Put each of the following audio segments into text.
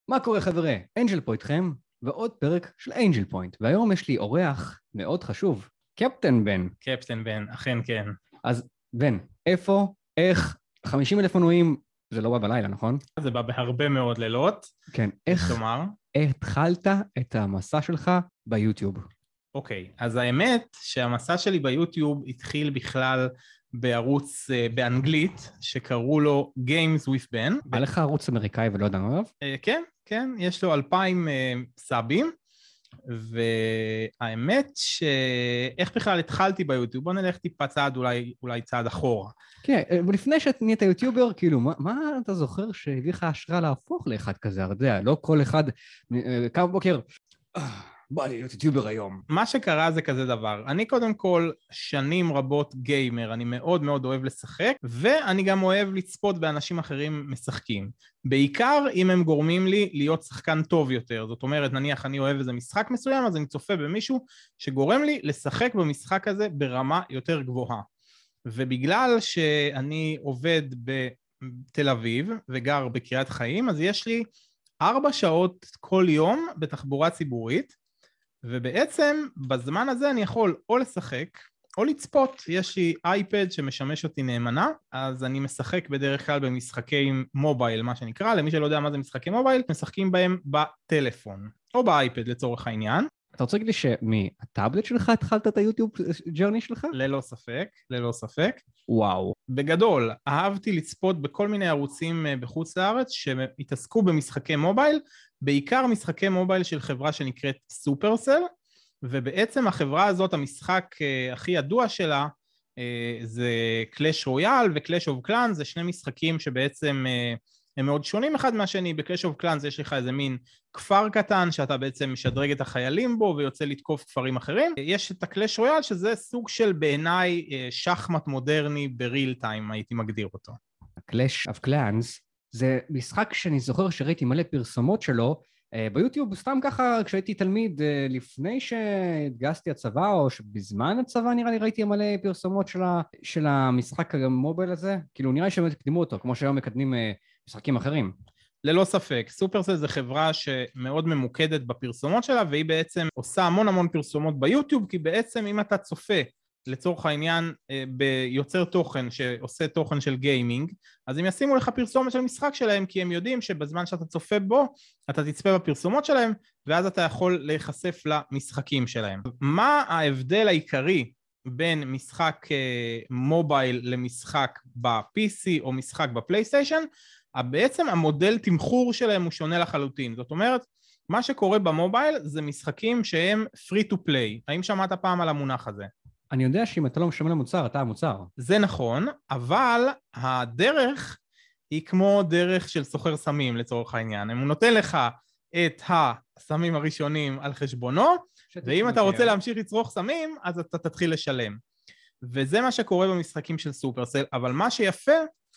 מה קורה חבר'ה? אנג'ל פה איתכם, ועוד פרק של אנג'ל פוינט, והיום יש לי אורח מאוד חשוב, קפטן בן. קפטן בן, אכן כן. אז בן, איפה, איך, 50,000 מנויים, זה לא בא בלילה, נכון? זה בא בהרבה מאוד לילות. כן, איך התחלת את המסע שלך ביוטיוב? אוקיי, אז האמת שהמסע שלי ביוטיוב התחיל בכלל בערוץ באנגלית, שקראו לו Games with Ben. בא לך ערוץ אמריקאי ולא ידענו עליו? כן, כן, יש לו 2,000 סאבים, והאמת שאיך בכלל התחלתי ביוטיוב, בוא נלך טיפה צעד, אולי צעד אחורה. כן, ולפני שאת נהיית יוטיובר, כאילו, מה אתה זוכר שהביא לך השראה להפוך לאחד כזה? אתה יודע, לא כל אחד קם בבוקר, בא לי להיות יוטיובר היום. מה שקרה זה כזה דבר, אני קודם כל שנים רבות גיימר, אני מאוד מאוד אוהב לשחק, ואני גם אוהב לצפות באנשים אחרים משחקים. בעיקר אם הם גורמים לי להיות שחקן טוב יותר, זאת אומרת נניח אני אוהב איזה משחק מסוים, אז אני צופה במישהו שגורם לי לשחק במשחק הזה ברמה יותר גבוהה. ובגלל שאני עובד בתל אביב וגר בקריית חיים, אז יש לי 4 שעות כל יום בתחבורה ציבורית, ובעצם בזמן הזה אני יכול או לשחק או לצפות. יש לי אייפד שמשמש אותי נאמנה, אז אני משחק בדרך כלל במשחקי מובייל, מה שנקרא, למי שלא יודע מה זה משחקי מובייל, משחקים בהם בטלפון או באייפד לצורך העניין. אתה רוצה להגיד לי שמהטאבלט שלך התחלת את היוטיוב ג'רני שלך? ללא ספק, ללא ספק. וואו. בגדול, אהבתי לצפות בכל מיני ערוצים בחוץ לארץ שהתעסקו במשחקי מובייל, בעיקר משחקי מובייל של חברה שנקראת סופרסל, ובעצם החברה הזאת, המשחק הכי ידוע שלה, זה קלאש רויאל וקלאש אוף קלאנס, זה שני משחקים שבעצם הם מאוד שונים אחד מהשני. בקלאש אוף קלאנס יש לך איזה מין כפר קטן שאתה בעצם משדרג את החיילים בו ויוצא לתקוף כפרים אחרים. יש את הקלאש רויאל שזה סוג של בעיניי שחמט מודרני בריל טיים, הייתי מגדיר אותו. הקלאש אוף קלאנס זה משחק שאני זוכר שראיתי מלא פרסומות שלו ביוטיוב, סתם ככה כשהייתי תלמיד לפני שהתגייסתי הצבא, או שבזמן הצבא נראה לי ראיתי מלא פרסומות של המשחק המובייל הזה, כאילו נראה לי שהם הקדימו אותו, כמו שהיום מקדמים משחקים אחרים. ללא ספק, סופרסל זה חברה שמאוד ממוקדת בפרסומות שלה, והיא בעצם עושה המון המון פרסומות ביוטיוב, כי בעצם אם אתה צופה לצורך העניין ביוצר תוכן שעושה תוכן של גיימינג, אז הם ישימו לך פרסומת של משחק שלהם, כי הם יודעים שבזמן שאתה צופה בו, אתה תצפה בפרסומות שלהם, ואז אתה יכול להיחשף למשחקים שלהם. מה ההבדל העיקרי בין משחק מובייל למשחק ב-PC או משחק בפלייסטיישן? בעצם המודל תמחור שלהם הוא שונה לחלוטין. זאת אומרת, מה שקורה במובייל זה משחקים שהם free to play. האם שמעת פעם על המונח הזה? אני יודע שאם אתה לא משלם למוצר, אתה המוצר. זה נכון, אבל הדרך היא כמו דרך של סוחר סמים לצורך העניין. הוא נותן לך את הסמים הראשונים על חשבונו, ואם אתה רוצה להמשיך לצרוך סמים, אז אתה תתחיל לשלם. וזה מה שקורה במשחקים של סופרסל, אבל מה שיפה,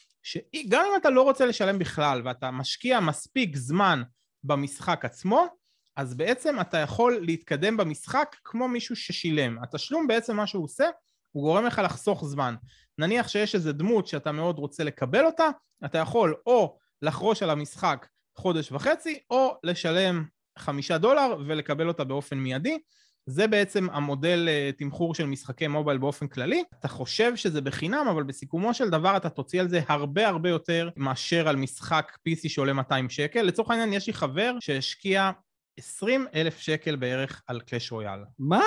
שגם אם אתה לא רוצה לשלם בכלל, ואתה משקיע מספיק זמן במשחק עצמו, אז בעצם אתה יכול להתקדם במשחק כמו מישהו ששילם. התשלום בעצם מה שהוא עושה, הוא גורם לך לחסוך זמן. נניח שיש איזו דמות שאתה מאוד רוצה לקבל אותה, אתה יכול או לחרוש על המשחק חודש וחצי, או לשלם $5 ולקבל אותה באופן מיידי. זה בעצם המודל תמחור של משחקי מובייל באופן כללי. אתה חושב שזה בחינם, אבל בסיכומו של דבר אתה תוציא על זה הרבה הרבה יותר מאשר על משחק PC שעולה 200 שקל. לצורך העניין יש לי חבר שהשקיע 20,000 שקל בערך על קלאש רויאל. מה?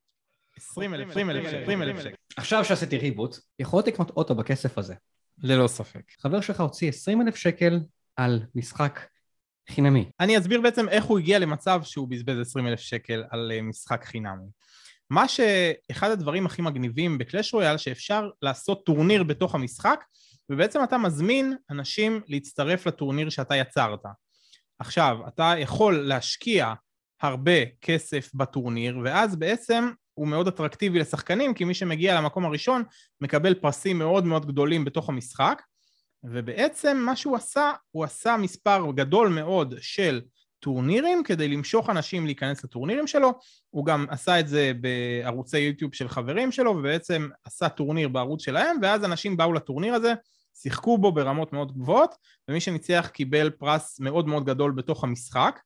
20,000 שקל. עכשיו שעשיתי ריבוט, יכולת לקנות אוטו בכסף הזה. ללא ספק. חבר שלך הוציא 20,000 שקל על משחק חינמי. אני אסביר בעצם איך הוא הגיע למצב שהוא בזבז 20,000 שקל על משחק חינמי. מה שאחד הדברים הכי מגניבים בקלאש רויאל, שאפשר לעשות טורניר בתוך המשחק, ובעצם אתה מזמין אנשים להצטרף לטורניר שאתה יצרת. עכשיו, אתה יכול להשקיע הרבה כסף בטורניר, ואז בעצם הוא מאוד אטרקטיבי לשחקנים, כי מי שמגיע למקום הראשון מקבל פרסים מאוד מאוד גדולים בתוך המשחק, ובעצם מה שהוא עשה, הוא עשה מספר גדול מאוד של טורנירים, כדי למשוך אנשים להיכנס לטורנירים שלו. הוא גם עשה את זה בערוצי יוטיוב של חברים שלו, ובעצם עשה טורניר בערוץ שלהם, ואז אנשים באו לטורניר הזה, שיחקו בו ברמות מאוד גבוהות, ומי שניצח קיבל פרס מאוד מאוד גדול בתוך המשחק,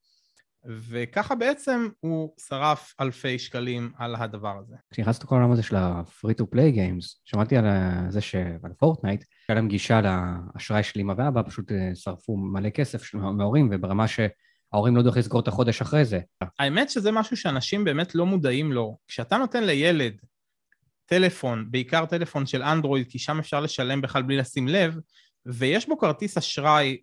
וככה בעצם הוא שרף אלפי שקלים על הדבר הזה. כשנכנסת כל העולם הזה של ה-free to play games, שמעתי על זה שעל פורטנייט, היה להם גישה לאשראי של אמא ואבא, פשוט שרפו מלא כסף מההורים, וברמה שההורים לא יודעים לסגור את החודש אחרי זה. האמת שזה משהו שאנשים באמת לא מודעים לו. כשאתה נותן לילד טלפון, בעיקר טלפון של אנדרואיד, כי שם אפשר לשלם בכלל בלי לשים לב, ויש בו כרטיס אשראי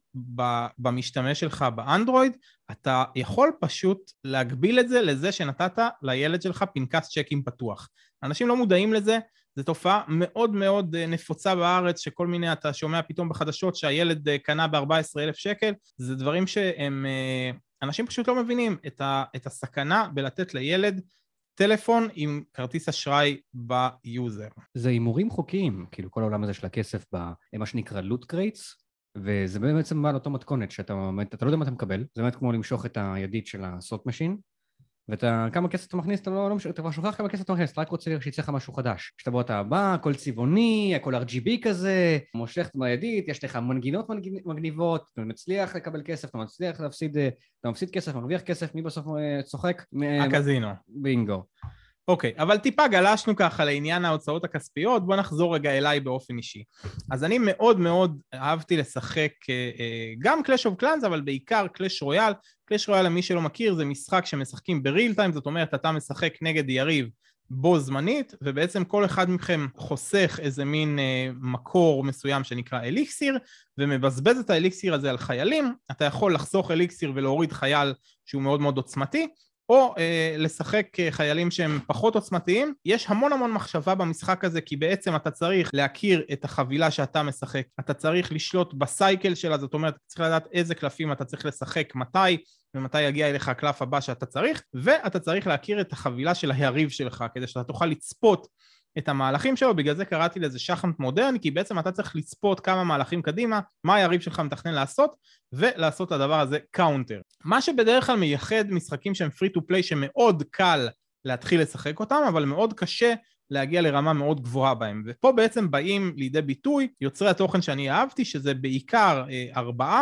במשתמש שלך באנדרואיד, אתה יכול פשוט להגביל את זה לזה שנתת לילד שלך פנקס צ'קים פתוח. אנשים לא מודעים לזה, זו תופעה מאוד מאוד נפוצה בארץ, שכל מיני אתה שומע פתאום בחדשות שהילד קנה ב-14,000 שקל, זה דברים שהם, אנשים פשוט לא מבינים את הסכנה בלתת לילד טלפון עם כרטיס אשראי ביוזר. זה הימורים חוקיים, כאילו כל העולם הזה של הכסף במה שנקרא לוט קרייטס, וזה בעצם בא לאותו מתכונת שאתה לא יודע מה אתה מקבל, זה באמת כמו למשוך את הידית של הסלוט משין, וכמה כסף אתה מכניס, אתה כבר שוכח כמה כסף אתה מכניס, אתה רק רוצה שיצא לך משהו חדש. כשאתה בוא אתה בא, הכל צבעוני, הכל RGB כזה, מושך בידית, יש לך מנגינות מגניבות, אתה מצליח לקבל כסף, אתה מצליח להפסיד, אתה מפסיד כסף, מרוויח כסף, מי בסוף צוחק? הקזינו. בינגו. אוקיי, אבל טיפה גלשנו ככה לעניין ההוצאות הכספיות, בוא נחזור רגע אליי באופן אישי. אז אני מאוד מאוד אהבתי לשחק גם Clash of Clans, אבל בעיקר Clash Royale. Clash Royale, למי שלא מכיר, זה משחק שמשחקים בריל טיים, זאת אומרת, אתה משחק נגד יריב בו זמנית, ובעצם כל אחד מכם חוסך איזה מין מקור מסוים שנקרא אליקסיר, ומבזבז את האליקסיר הזה על חיילים. אתה יכול לחסוך אליקסיר ולהוריד חייל שהוא מאוד מאוד עוצמתי, או לשחק חיילים שהם פחות עוצמתיים. יש המון המון מחשבה במשחק הזה, כי בעצם אתה צריך להכיר את החבילה שאתה משחק, אתה צריך לשלוט בסייקל שלה, זאת אומרת, צריך לדעת איזה קלפים אתה צריך לשחק, מתי, ומתי יגיע אליך הקלף הבא שאתה צריך, ואתה צריך להכיר את החבילה של היריב שלך, כדי שאתה תוכל לצפות את המהלכים שלו. בגלל זה קראתי לזה שחמט מודרני, כי בעצם אתה צריך לצפות כמה מהלכים קדימה, מה היריב שלך מתכנן לעשות, ולעשות את הדבר הזה קאונטר. מה שבדרך כלל מייחד משחקים שהם free to play, שמאוד קל להתחיל לשחק אותם, אבל מאוד קשה להגיע לרמה מאוד גבוהה בהם. ופה בעצם באים לידי ביטוי יוצרי התוכן שאני אהבתי, שזה בעיקר 4,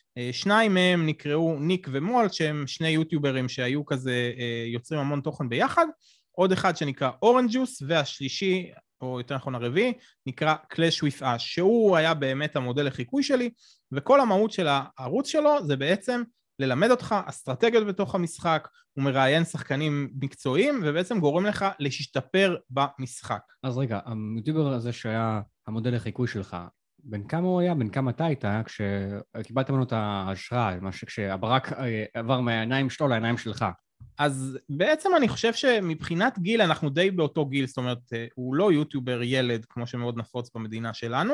2 מהם נקראו ניק ומולט, שהם שני יוטיוברים שהיו כזה יוצרים המון תוכן ביחד, עוד אחד שנקרא אורנג'וס, והשלישי, או יותר נכון הרביעי, נקרא Clash with Us, שהוא היה באמת המודל לחיקוי שלי, וכל המהות של הערוץ שלו זה בעצם ללמד אותך אסטרטגיות בתוך המשחק, הוא מראיין שחקנים מקצועיים, ובעצם גורם לך להשתפר במשחק. אז רגע, היוטיובר הזה שהיה המודל לחיקוי שלך, בין כמה הוא היה, בין כמה אתה הייתה, כשקיבלת ממנו את ההשראה, כשהברק עבר מהעיניים שלו לעיניים שלך? אז בעצם אני חושב שמבחינת גיל אנחנו די באותו גיל, זאת אומרת, הוא לא יוטיובר ילד כמו שמאוד נפוץ במדינה שלנו,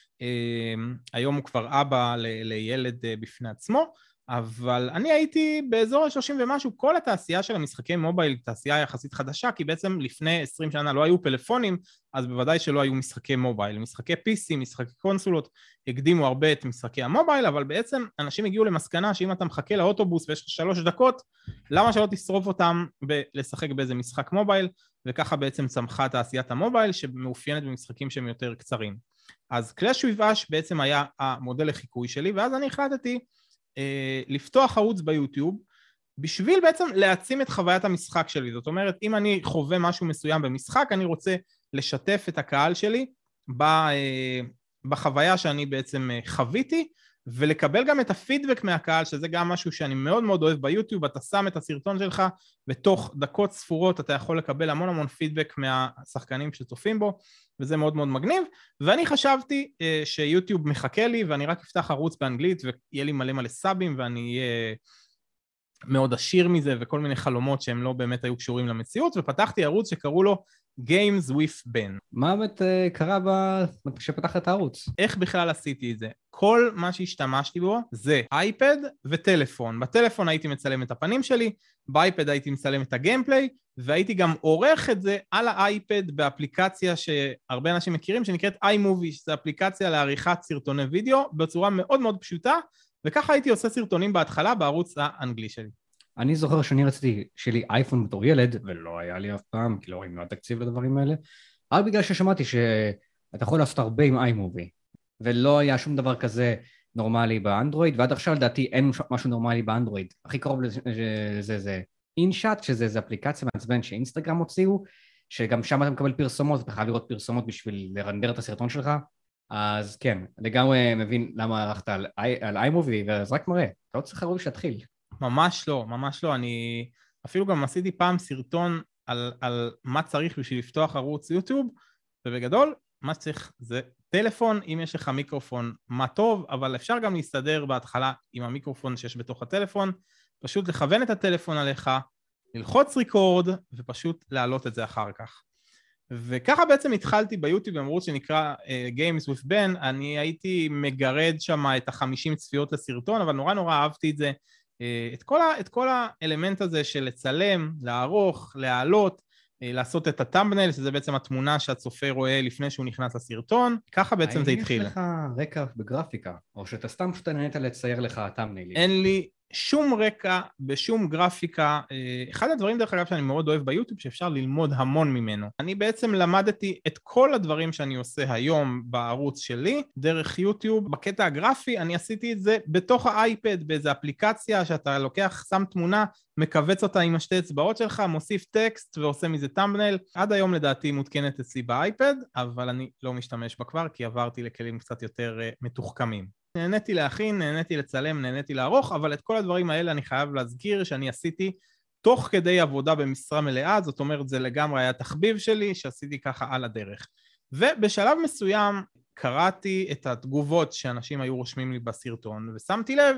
היום הוא כבר אבא לילד בפני עצמו, אבל אני הייתי באזור ה-30 ומשהו. כל התעשייה של המשחקי מובייל, תעשייה יחסית חדשה, כי בעצם לפני 20 שנה לא היו פלאפונים, אז בוודאי שלא היו משחקי מובייל. משחקי PC, משחקי קונסולות, הקדימו הרבה את משחקי המובייל, אבל בעצם אנשים הגיעו למסקנה שאם אתה מחכה לאוטובוס ויש לך 3 דקות, למה שלא תשרוף אותם לשחק באיזה משחק מובייל, וככה בעצם צמחה תעשיית המובייל, שמאופיינת במשחקים שהם יותר קצרים. אז Clash with Us בעצם היה המודל לחיקוי שלי, ואז אני החלטתי לפתוח ערוץ ביוטיוב, בשביל בעצם להעצים את חוויית המשחק שלי. זאת אומרת, אם אני חווה משהו מסוים במשחק, אני רוצה לשתף את הקהל שלי בחוויה שאני בעצם חוויתי, ולקבל גם את הפידבק מהקהל, שזה גם משהו שאני מאוד מאוד אוהב ביוטיוב. אתה שם את הסרטון שלך, ותוך דקות ספורות אתה יכול לקבל המון המון פידבק מהשחקנים שצופים בו, וזה מאוד מאוד מגניב. ואני חשבתי שיוטיוב מחכה לי, ואני רק אפתח ערוץ באנגלית, ויהיה לי מלא מלא סאבים, ואני אהיה מאוד עשיר מזה, וכל מיני חלומות שהם לא באמת היו קשורים למציאות, ופתחתי ערוץ שקראו לו Games with Ben. מה באמת קרה כשפתחת את הערוץ? איך בכלל עשיתי את זה? כל מה שהשתמשתי בו זה אייפד וטלפון. בטלפון הייתי מצלם את הפנים שלי, באייפד הייתי מצלם את הגיימפליי, והייתי גם עורך את זה על האייפד באפליקציה שהרבה אנשים מכירים, שנקראת iMovie, שזו אפליקציה לעריכת סרטוני וידאו, בצורה מאוד מאוד פשוטה, וככה הייתי עושה סרטונים בהתחלה בערוץ האנגלי שלי. אני זוכר שאני רציתי שלי אייפון בתור ילד, ולא היה לי אף פעם, כי לא רואים תקציב לדברים האלה, רק בגלל ששמעתי שאתה יכול לעשות הרבה עם iMovie. ולא היה שום דבר כזה נורמלי באנדרואיד, ועד עכשיו לדעתי אין משהו נורמלי באנדרואיד. הכי קרוב לזה זה אינשאט, שזה אפליקציה מעצבן שאינסטגרם הוציאו, שגם שם אתה מקבל פרסומות, אתה חייב לראות פרסומות בשביל לרנדר את הסרטון שלך, אז כן, לגמרי מבין למה ערכת על iMovie, ואז רק מראה, אתה לא צריך לראות שתתחיל. ממש לא, ממש לא. אני אפילו גם עשיתי פעם סרטון על מה צריך בשביל לפתוח ערוץ יוטיוב, ובגדול, מה שצריך זה טלפון, אם יש לך מיקרופון, מה טוב, אבל אפשר גם להסתדר בהתחלה עם המיקרופון שיש בתוך הטלפון, פשוט לכוון את הטלפון עליך, ללחוץ ריקורד, ופשוט להעלות את זה אחר כך. וככה בעצם התחלתי ביוטיוב בערוץ שנקרא Games with Ben, אני הייתי מגרד שם את 50 צפיות לסרטון, אבל נורא אהבתי את זה, את כל האלמנט הזה של לצלם, לערוך, להעלות, לעשות את הטאמבנייל, שזה בעצם התמונה שהצופה רואה לפני שהוא נכנס לסרטון, ככה בעצם זה התחיל. האם יש לך רקע בגרפיקה, או שאתה סתם נהנית לצייר לך הטאמבניילים? אין לי שום רקע בשום גרפיקה. אחד הדברים דרך אגב שאני מאוד אוהב ביוטיוב, שאפשר ללמוד המון ממנו. אני בעצם למדתי את כל הדברים שאני עושה היום בערוץ שלי, דרך יוטיוב. בקטע הגרפי אני עשיתי את זה בתוך האייפד, באיזו אפליקציה שאתה לוקח, שם תמונה, מקבץ אותה עם השתי אצבעות שלך, מוסיף טקסט ועושה מזה טאמבנייל. עד היום לדעתי מותקנת אצלי באייפד, אבל אני לא משתמש בה כבר, כי עברתי לכלים קצת יותר מתוחכמים. נהניתי להכין, נהניתי לצלם, נהניתי לערוך, אבל את כל הדברים האלה אני חייב להזכיר שאני עשיתי תוך כדי עבודה במשרה מלאה, זאת אומרת זה לגמרי היה תחביב שלי שעשיתי ככה על הדרך. ובשלב מסוים קראתי את התגובות שאנשים היו רושמים לי בסרטון, ושמתי לב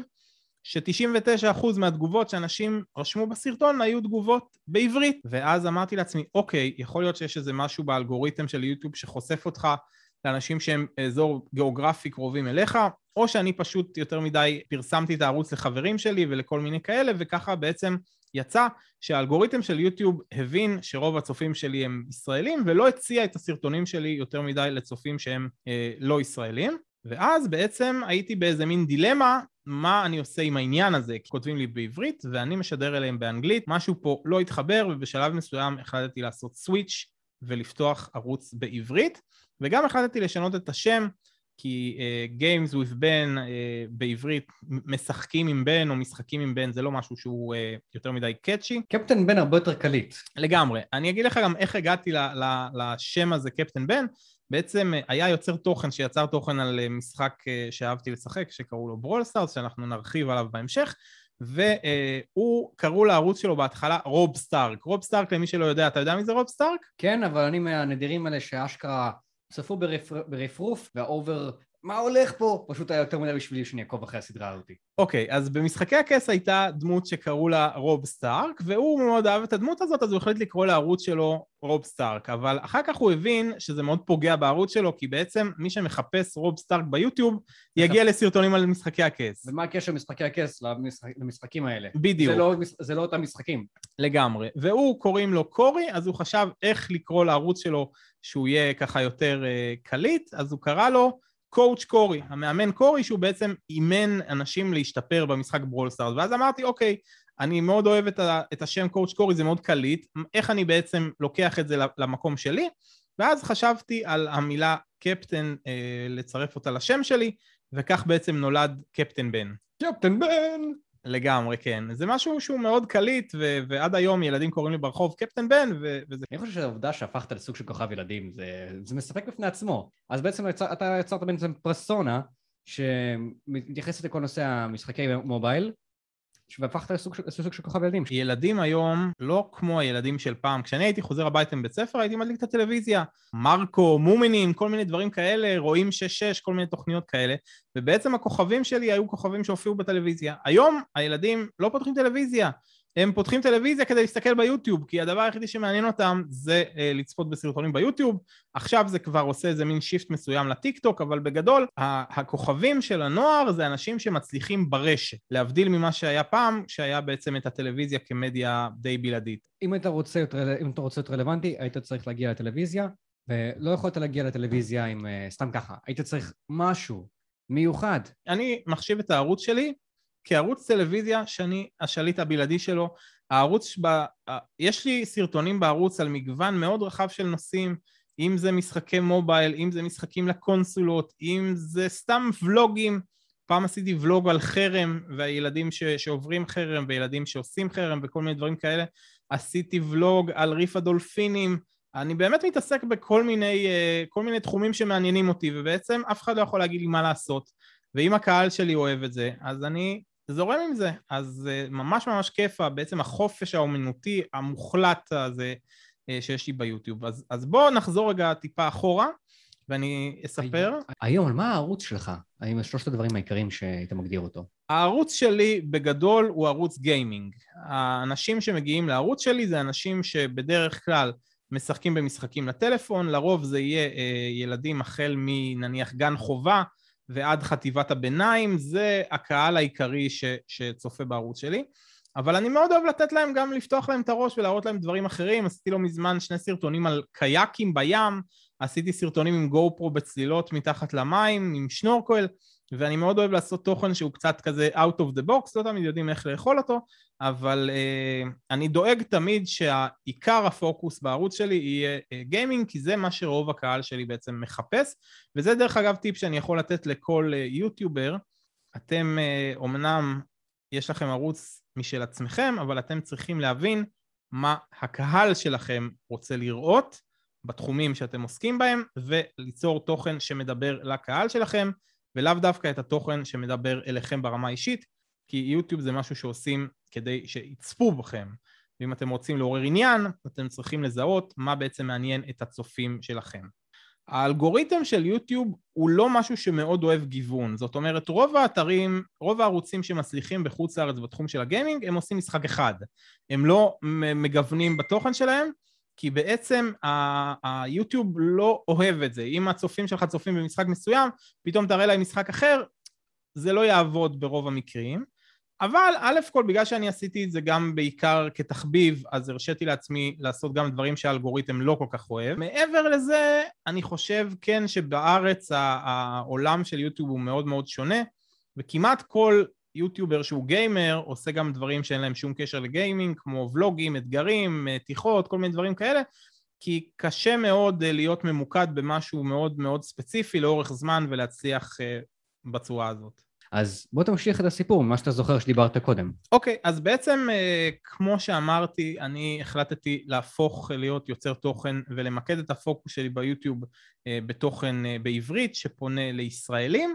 ש99% מהתגובות שאנשים רשמו בסרטון היו תגובות בעברית, ואז אמרתי לעצמי, אוקיי, יכול להיות שיש איזה משהו באלגוריתם של יוטיוב שחושף אותך לאנשים שהם אזור גיאוגרפי קרובים אליך, או שאני פשוט יותר מדי פרסמתי את הערוץ לחברים שלי ולכל מיני כאלה, וככה בעצם יצא שהאלגוריתם של יוטיוב הבין שרוב הצופים שלי הם ישראלים, ולא הציע את הסרטונים שלי יותר מדי לצופים שהם לא ישראלים, ואז בעצם הייתי באיזה מין דילמה, מה אני עושה עם העניין הזה, כי כותבים לי בעברית ואני משדר אליהם באנגלית, משהו פה לא התחבר, ובשלב מסוים החלטתי לעשות סוויץ' ולפתוח ערוץ בעברית, וגם החלטתי לשנות את השם, כי Games with Ben בעברית, משחקים עם בן או משחקים עם בן, זה לא משהו שהוא יותר מדי קאצ'י. קפטן בן הרבה יותר קליט. לגמרי. אני אגיד לך גם איך הגעתי לשם הזה, קפטן בן. בעצם היה יוצר תוכן שיצר תוכן על משחק שאהבתי לשחק, שקראו לו ברול סטארס, שאנחנו נרחיב עליו בהמשך, והוא קראו לערוץ שלו בהתחלה רוב סטארק. רוב סטארק, למי שלא יודע, אתה יודע מי זה רוב סטארק? כן, אבל אני מהנדירים האלה שאשכרה צפו ברפרוף, והאובר, מה הולך פה? פשוט היה יותר מדי בשבילי שאני אעקוב אחרי הסדרה הזאת. אוקיי, אז במשחקי הכס הייתה דמות שקראו לה רוב סטארק, והוא מאוד אהב את הדמות הזאת, אז הוא החליט לקרוא לערוץ שלו רוב סטארק, אבל אחר כך הוא הבין שזה מאוד פוגע בערוץ שלו, כי בעצם מי שמחפש רוב סטארק ביוטיוב, יגיע לסרטונים על משחקי הכס. ומה הקשר משחקי הכס למשחקים האלה? בדיוק. זה לא אותם משחקים. לגמרי. והוא קוראים לו קורי, אז הוא חשב איך לקרוא לערוץ שלו שהוא יהיה ככה יותר קליט, אז הוא קרא לו קואוץ' קורי, המאמן קורי שהוא בעצם אימן אנשים להשתפר במשחק ברול סטארס, ואז אמרתי אוקיי, אני מאוד אוהב את השם קואוץ' קורי, זה מאוד קליט, איך אני בעצם לוקח את זה למקום שלי, ואז חשבתי על המילה קפטן, לצרף אותה לשם שלי, וכך בעצם נולד קפטן בן. קפטן בן! לגמרי, כן. זה משהו שהוא מאוד קליט, ועד היום ילדים קוראים לי ברחוב קפטן בן, וזה... אני חושב שהעובדה שהפכת לסוג של כוכב ילדים, זה מספק בפני עצמו. אז בעצם אתה יצרת בעצם פרסונה, שמתייחסת לכל נושא המשחקי מובייל, והפכת לסוג של כוכב ילדים. ילדים היום לא כמו הילדים של פעם. כשאני הייתי חוזר הביתה מבית ספר, הייתי מדליק את הטלוויזיה. מרקו, מומינים, כל מיני דברים כאלה, רואים 6-6, כל מיני תוכניות כאלה. ובעצם הכוכבים שלי היו כוכבים שהופיעו בטלוויזיה. היום הילדים לא פותחים טלוויזיה. הם פותחים טלוויזיה כדי להסתכל ביוטיוב, כי הדבר היחידי שמעניין אותם זה לצפות בסרטונים ביוטיוב. עכשיו זה כבר עושה איזה מין שיפט מסוים לטיק טוק, אבל בגדול, הכוכבים של הנוער זה אנשים שמצליחים ברשת, להבדיל ממה שהיה פעם, שהיה בעצם את הטלוויזיה כמדיה די בלעדית. אם אתה רוצה להיות רלוונטי, היית צריך להגיע לטלוויזיה, ולא יכולת להגיע לטלוויזיה עם סתם ככה. היית צריך משהו מיוחד. אני מחשיב את הערוץ שלי, כערוץ טלוויזיה שאני השליט הבלעדי שלו, יש לי סרטונים בערוץ על מגוון מאוד רחב של נושאים, אם זה משחקי מובייל, אם זה משחקים לקונסולות, אם זה סתם ולוגים. פעם עשיתי ולוג על חרם, והילדים שעוברים חרם, וילדים שעושים חרם, וכל מיני דברים כאלה. עשיתי ולוג על ריף הדולפינים. אני באמת מתעסק בכל מיני תחומים שמעניינים אותי, ובעצם אף אחד לא יכול להגיד לי מה לעשות. ואם הקהל שלי אוהב את זה, אז אני זורם עם זה. אז ממש ממש כיף, בעצם החופש האומנותי המוחלט הזה שיש לי ביוטיוב. אז בואו נחזור רגע טיפה אחורה, ואני אספר. היום, על מה הערוץ שלך? האם שלושת הדברים העיקריים שהיית מגדיר אותו? הערוץ שלי בגדול הוא ערוץ גיימינג. האנשים שמגיעים לערוץ שלי זה אנשים שבדרך כלל משחקים במשחקים לטלפון, לרוב זה יהיה ילדים החל מנניח גן חובה ועד חטיבת הביניים, זה הקהל העיקרי שצופה בערוץ שלי. אבל אני מאוד אוהב לתת להם גם לפתוח להם את הראש ולהראות להם דברים אחרים. עשיתי לו מזמן 2 סרטונים על קייקים בים, עשיתי סרטונים עם גו פרו בצלילות מתחת למים, עם שנורקל, ואני מאוד אוהב לעשות תוכן שהוא קצת כזה out of the box, לא תמיד יודעים איך לאכול אותו, אבל אני דואג תמיד שהעיקר הפוקוס בערוץ שלי יהיה גיימינג, כי זה מה שרוב הקהל שלי בעצם מחפש, וזה דרך אגב טיפ שאני יכול לתת לכל יוטיובר. אתם אומנם יש לכם ערוץ משל עצמכם, אבל אתם צריכים להבין מה הקהל שלכם רוצה לראות בתחומים שאתם עוסקים בהם, וליצור תוכן שמדבר לקהל שלכם, ולאו דווקא את התוכן שמדבר אליכם ברמה אישית, כי יוטיוב זה משהו שעושים כדי שיצפו בכם. ואם אתם רוצים לעורר עניין, אתם צריכים לזהות מה בעצם מעניין את הצופים שלכם. האלגוריתם של יוטיוב הוא לא משהו שמאוד אוהב גיוון, זאת אומרת רוב האתרים, רוב הערוצים שמצליחים בחוץ לארץ בתחום של הגיימינג, הם עושים משחק אחד, הם לא מגוונים בתוכן שלהם, כי בעצם היוטיוב לא אוהב את זה. אם הצופים שלך צופים במשחק מסוים, פתאום תראה להם משחק אחר, זה לא יעבוד ברוב המקרים. אבל א' כל, בגלל שאני עשיתי את זה גם בעיקר כתחביב, אז הרשיתי לעצמי לעשות גם דברים שהאלגוריתם לא כל כך אוהב. מעבר לזה, אני חושב כן שבארץ העולם של יוטיוב הוא מאוד מאוד שונה, וכמעט כל יוטיובר שהוא גיימר עושה גם דברים שאין להם שום קשר לגיימינג, כמו ולוגים, אתגרים, תיכות, כל מיני דברים כאלה, כי קשה מאוד להיות ממוקד במשהו מאוד מאוד ספציפי לאורך זמן ולהצליח בצורה הזאת. אז בוא תמשיך את הסיפור, מה שאתה זוכר שדיברת קודם. אוקיי, אז בעצם כמו שאמרתי, אני החלטתי להפוך להיות יוצר תוכן ולמקד את הפוקוס שלי ביוטיוב בתוכן בעברית שפונה לישראלים,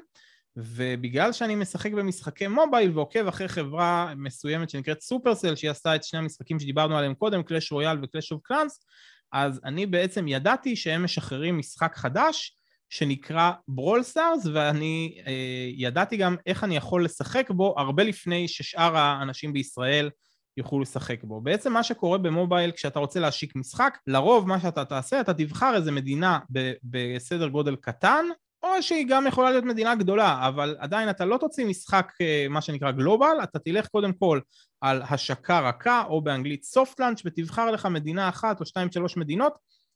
ובגלל שאני משחק במשחקי מובייל ועוקב אחרי חברה מסוימת שנקראת סופרסל, שהיא עשתה את שני המשחקים שדיברנו עליהם קודם, קלאש רויאל וקלאש אוף קלאנס, אז אני בעצם ידעתי שהם משחררים משחק חדש שנקרא ברול סטארס, ואני ידעתי גם איך אני יכול לשחק בו הרבה לפני ששאר האנשים בישראל יוכלו לשחק בו. בעצם מה שקורה במובייל כשאתה רוצה להשיק משחק, לרוב מה שאתה תעשה, אתה תבחר איזה מדינה בסדר גודל קטן, או שהיא גם יכולה להיות מדינה גדולה, אבל עדיין אתה לא תוציא משחק מה שנקרא גלובל, אתה תלך קודם כל על השקה רכה, או באנגלית soft launch, ותבחר לך מדינה אחת או 2-3 מדינות,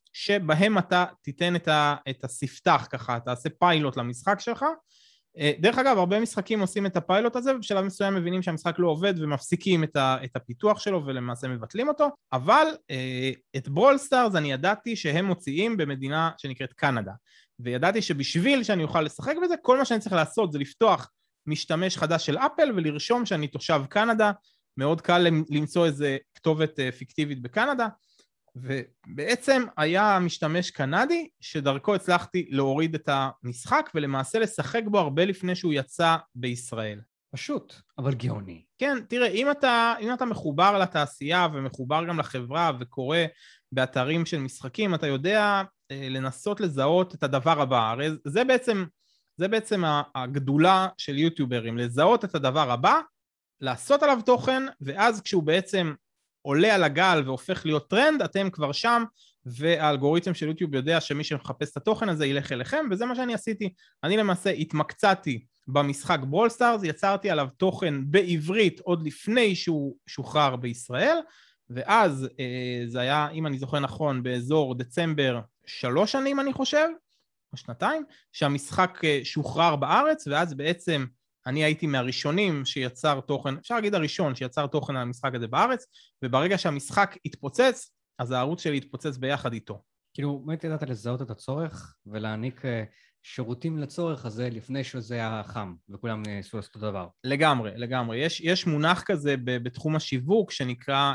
שבהם אתה תיתן את הספתח ככה, תעשה פיילוט למשחק שלך. דרך אגב, הרבה משחקים עושים את הפיילוט הזה, ובשלב מסוים מבינים שהמשחק לא עובד ומפסיקים את הפיתוח שלו ולמעשה מבטלים אותו, אבל את ברול סטארס אני ידעתי שהם מוציאים במדינה שנקראת קנדה, וידעתי שבשביל שאני אוכל לשחק בזה, כל מה שאני צריך לעשות זה לפתוח משתמש חדש של אפל ולרשום שאני תושב קנדה, מאוד קל למצוא איזה כתובת פיקטיבית בקנדה, ובעצם היה משתמש קנדי שדרכו הצלחתי להוריד את המשחק ולמעשה לשחק בו הרבה לפני שהוא יצא בישראל. פשוט, אבל גאוני. כן, תראה, אם אתה מחובר לתעשייה ומחובר גם לחברה וקורא באתרים של משחקים, אתה יודע לנסות לזהות את הדבר הבא. הרי זה בעצם הגדולה של יוטיוברים, לזהות את הדבר הבא, לעשות עליו תוכן, ואז כשהוא בעצם עולה על הגל והופך להיות טרנד, אתם כבר שם, והאלגוריתם של יוטיוב יודע שמי שמחפש את התוכן הזה ילך אליכם, וזה מה שאני עשיתי. אני למעשה התמקצעתי במשחק ברול סטארס, יצרתי עליו תוכן בעברית עוד לפני שהוא שוחרר בישראל, ואז זה היה, אם אני זוכר נכון, באזור דצמבר 3 שנים אני חושב, או 2, שהמשחק שוחרר בארץ, ואז בעצם אני הייתי מהראשונים שיצר תוכן, אפשר להגיד הראשון שיצר תוכן על המשחק הזה בארץ, וברגע שהמשחק התפוצץ, אז הערוץ שלי התפוצץ ביחד איתו. כאילו, באמת ידעת לזהות את הצורך ולהעניק שירותים לצורך הזה לפני שזה היה חם, וכולם ניסו לעשות אותו דבר. לגמרי, לגמרי. יש מונח כזה בתחום השיווק שנקרא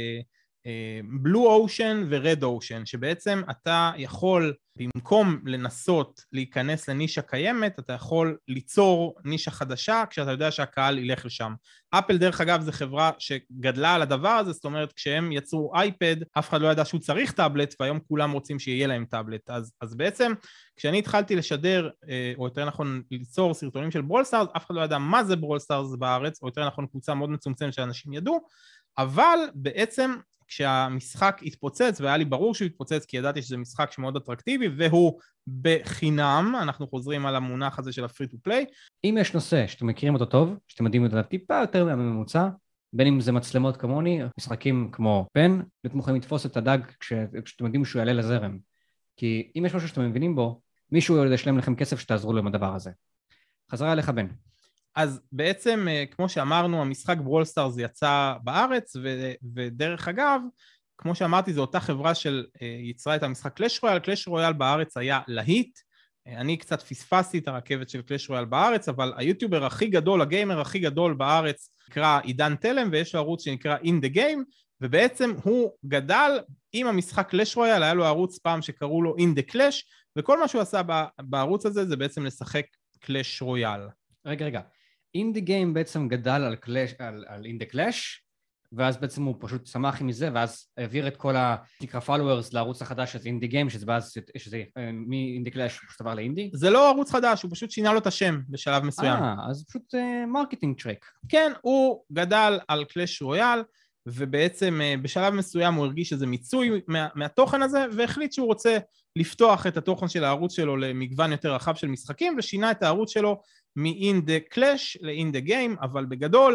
Blue Ocean ו-Red Ocean, שבעצם אתה יכול, במקום לנסות להיכנס לנישה קיימת, אתה יכול ליצור נישה חדשה כשאתה יודע שהקהל ילך לשם. אפל דרך אגב זה חברה שגדלה על הדבר הזה, זאת אומרת כשהם יצרו אייפד, אף אחד לא ידע שהוא צריך טאבלט, והיום כולם רוצים שיהיה להם טאבלט. אז בעצם כשאני התחלתי לשדר, או יותר נכון ליצור סרטונים של ברול סטארס, אף אחד לא ידע מה זה ברול סטארס בארץ, או יותר נכון קבוצה מאוד מצומצמת שאנשים ידעו, אבל בעצם כשהמשחק התפוצץ, והיה לי ברור שהוא התפוצץ כי ידעתי שזה משחק שמאוד אטרקטיבי, והוא בחינם, אנחנו חוזרים על המונח הזה של הפרי טו פליי. אם יש נושא שאתם מכירים אותו טוב, שאתם יודעים אותו טיפה יותר מהממוצע, בין אם זה מצלמות כמוני, משחקים כמו פן, אתם יכולים לתפוס את הדג כשאתם יודעים שהוא יעלה לזרם. כי אם יש משהו שאתם מבינים בו, מישהו ישלם לכם כסף שתעזרו לו עם הדבר הזה. חזרה אליך בן. אז בעצם, כמו שאמרנו, המשחק ברול סטארס יצא בארץ, ודרך אגב, כמו שאמרתי, זו אותה חברה של יצרה את המשחק קלאש רויאל. קלאש רויאל בארץ היה להיט, אני קצת פספסתי את הרכבת של קלאש רויאל בארץ, אבל היוטיובר הכי גדול, הגיימר הכי גדול בארץ, נקרא עידן תלם, ויש לו ערוץ שנקרא In The Game, ובעצם הוא גדל עם המשחק קלאש רויאל, היה לו ערוץ פעם שקראו לו In The Clash, וכל מה שהוא עשה בערוץ הזה זה בעצם לשחק קלאש רויאל. רגע. In The Game בעצם גדל על In The Clash, ואז בעצם הוא פשוט שמח עם זה, ואז העביר את כל התקרה followers לערוץ החדש של In The Game, שזה מ-In The Clash פשוט עבר לאינדי. זה לא ערוץ חדש, הוא פשוט שינה לו את השם בשלב מסוים. אז פשוט מרקטינג טריק. כן, הוא גדל על קלאש רויאל, ובעצם בשלב מסוים הוא הרגיש שזה מיצוי מהתוכן הזה, והחליט שהוא רוצה לפתוח את התוכן של הערוץ שלו למגוון יותר רחב של משחקים, ושינה את הערוץ שלו מ-In The Clash ל-In The Game, אבל בגדול,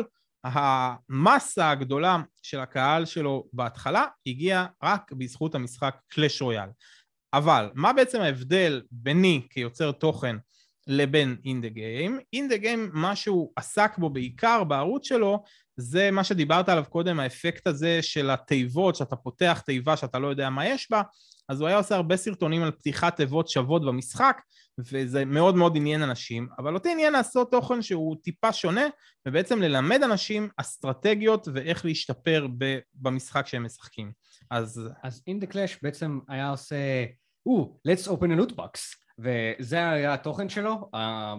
המסה הגדולה של הקהל שלו בהתחלה הגיעה רק בזכות המשחק קלאש רויאל. אבל מה בעצם ההבדל ביני כיוצר תוכן לבין In The Game? In The Game, מה שהוא עסק בו בעיקר בערוץ שלו, זה מה שדיברת עליו קודם, האפקט הזה של התיבות, שאתה פותח תיבה שאתה לא יודע מה יש בה, אז הוא היה עושה הרבה סרטונים על פתיחת תיבות שוות במשחק, וזה מאוד מאוד עניין אנשים, אבל אותי עניין לעשות תוכן שהוא טיפה שונה, ובעצם ללמד אנשים אסטרטגיות ואיך להשתפר במשחק שהם משחקים. אז In The Clash בעצם היה עושה, let's open a loot box, וזה היה התוכן שלו,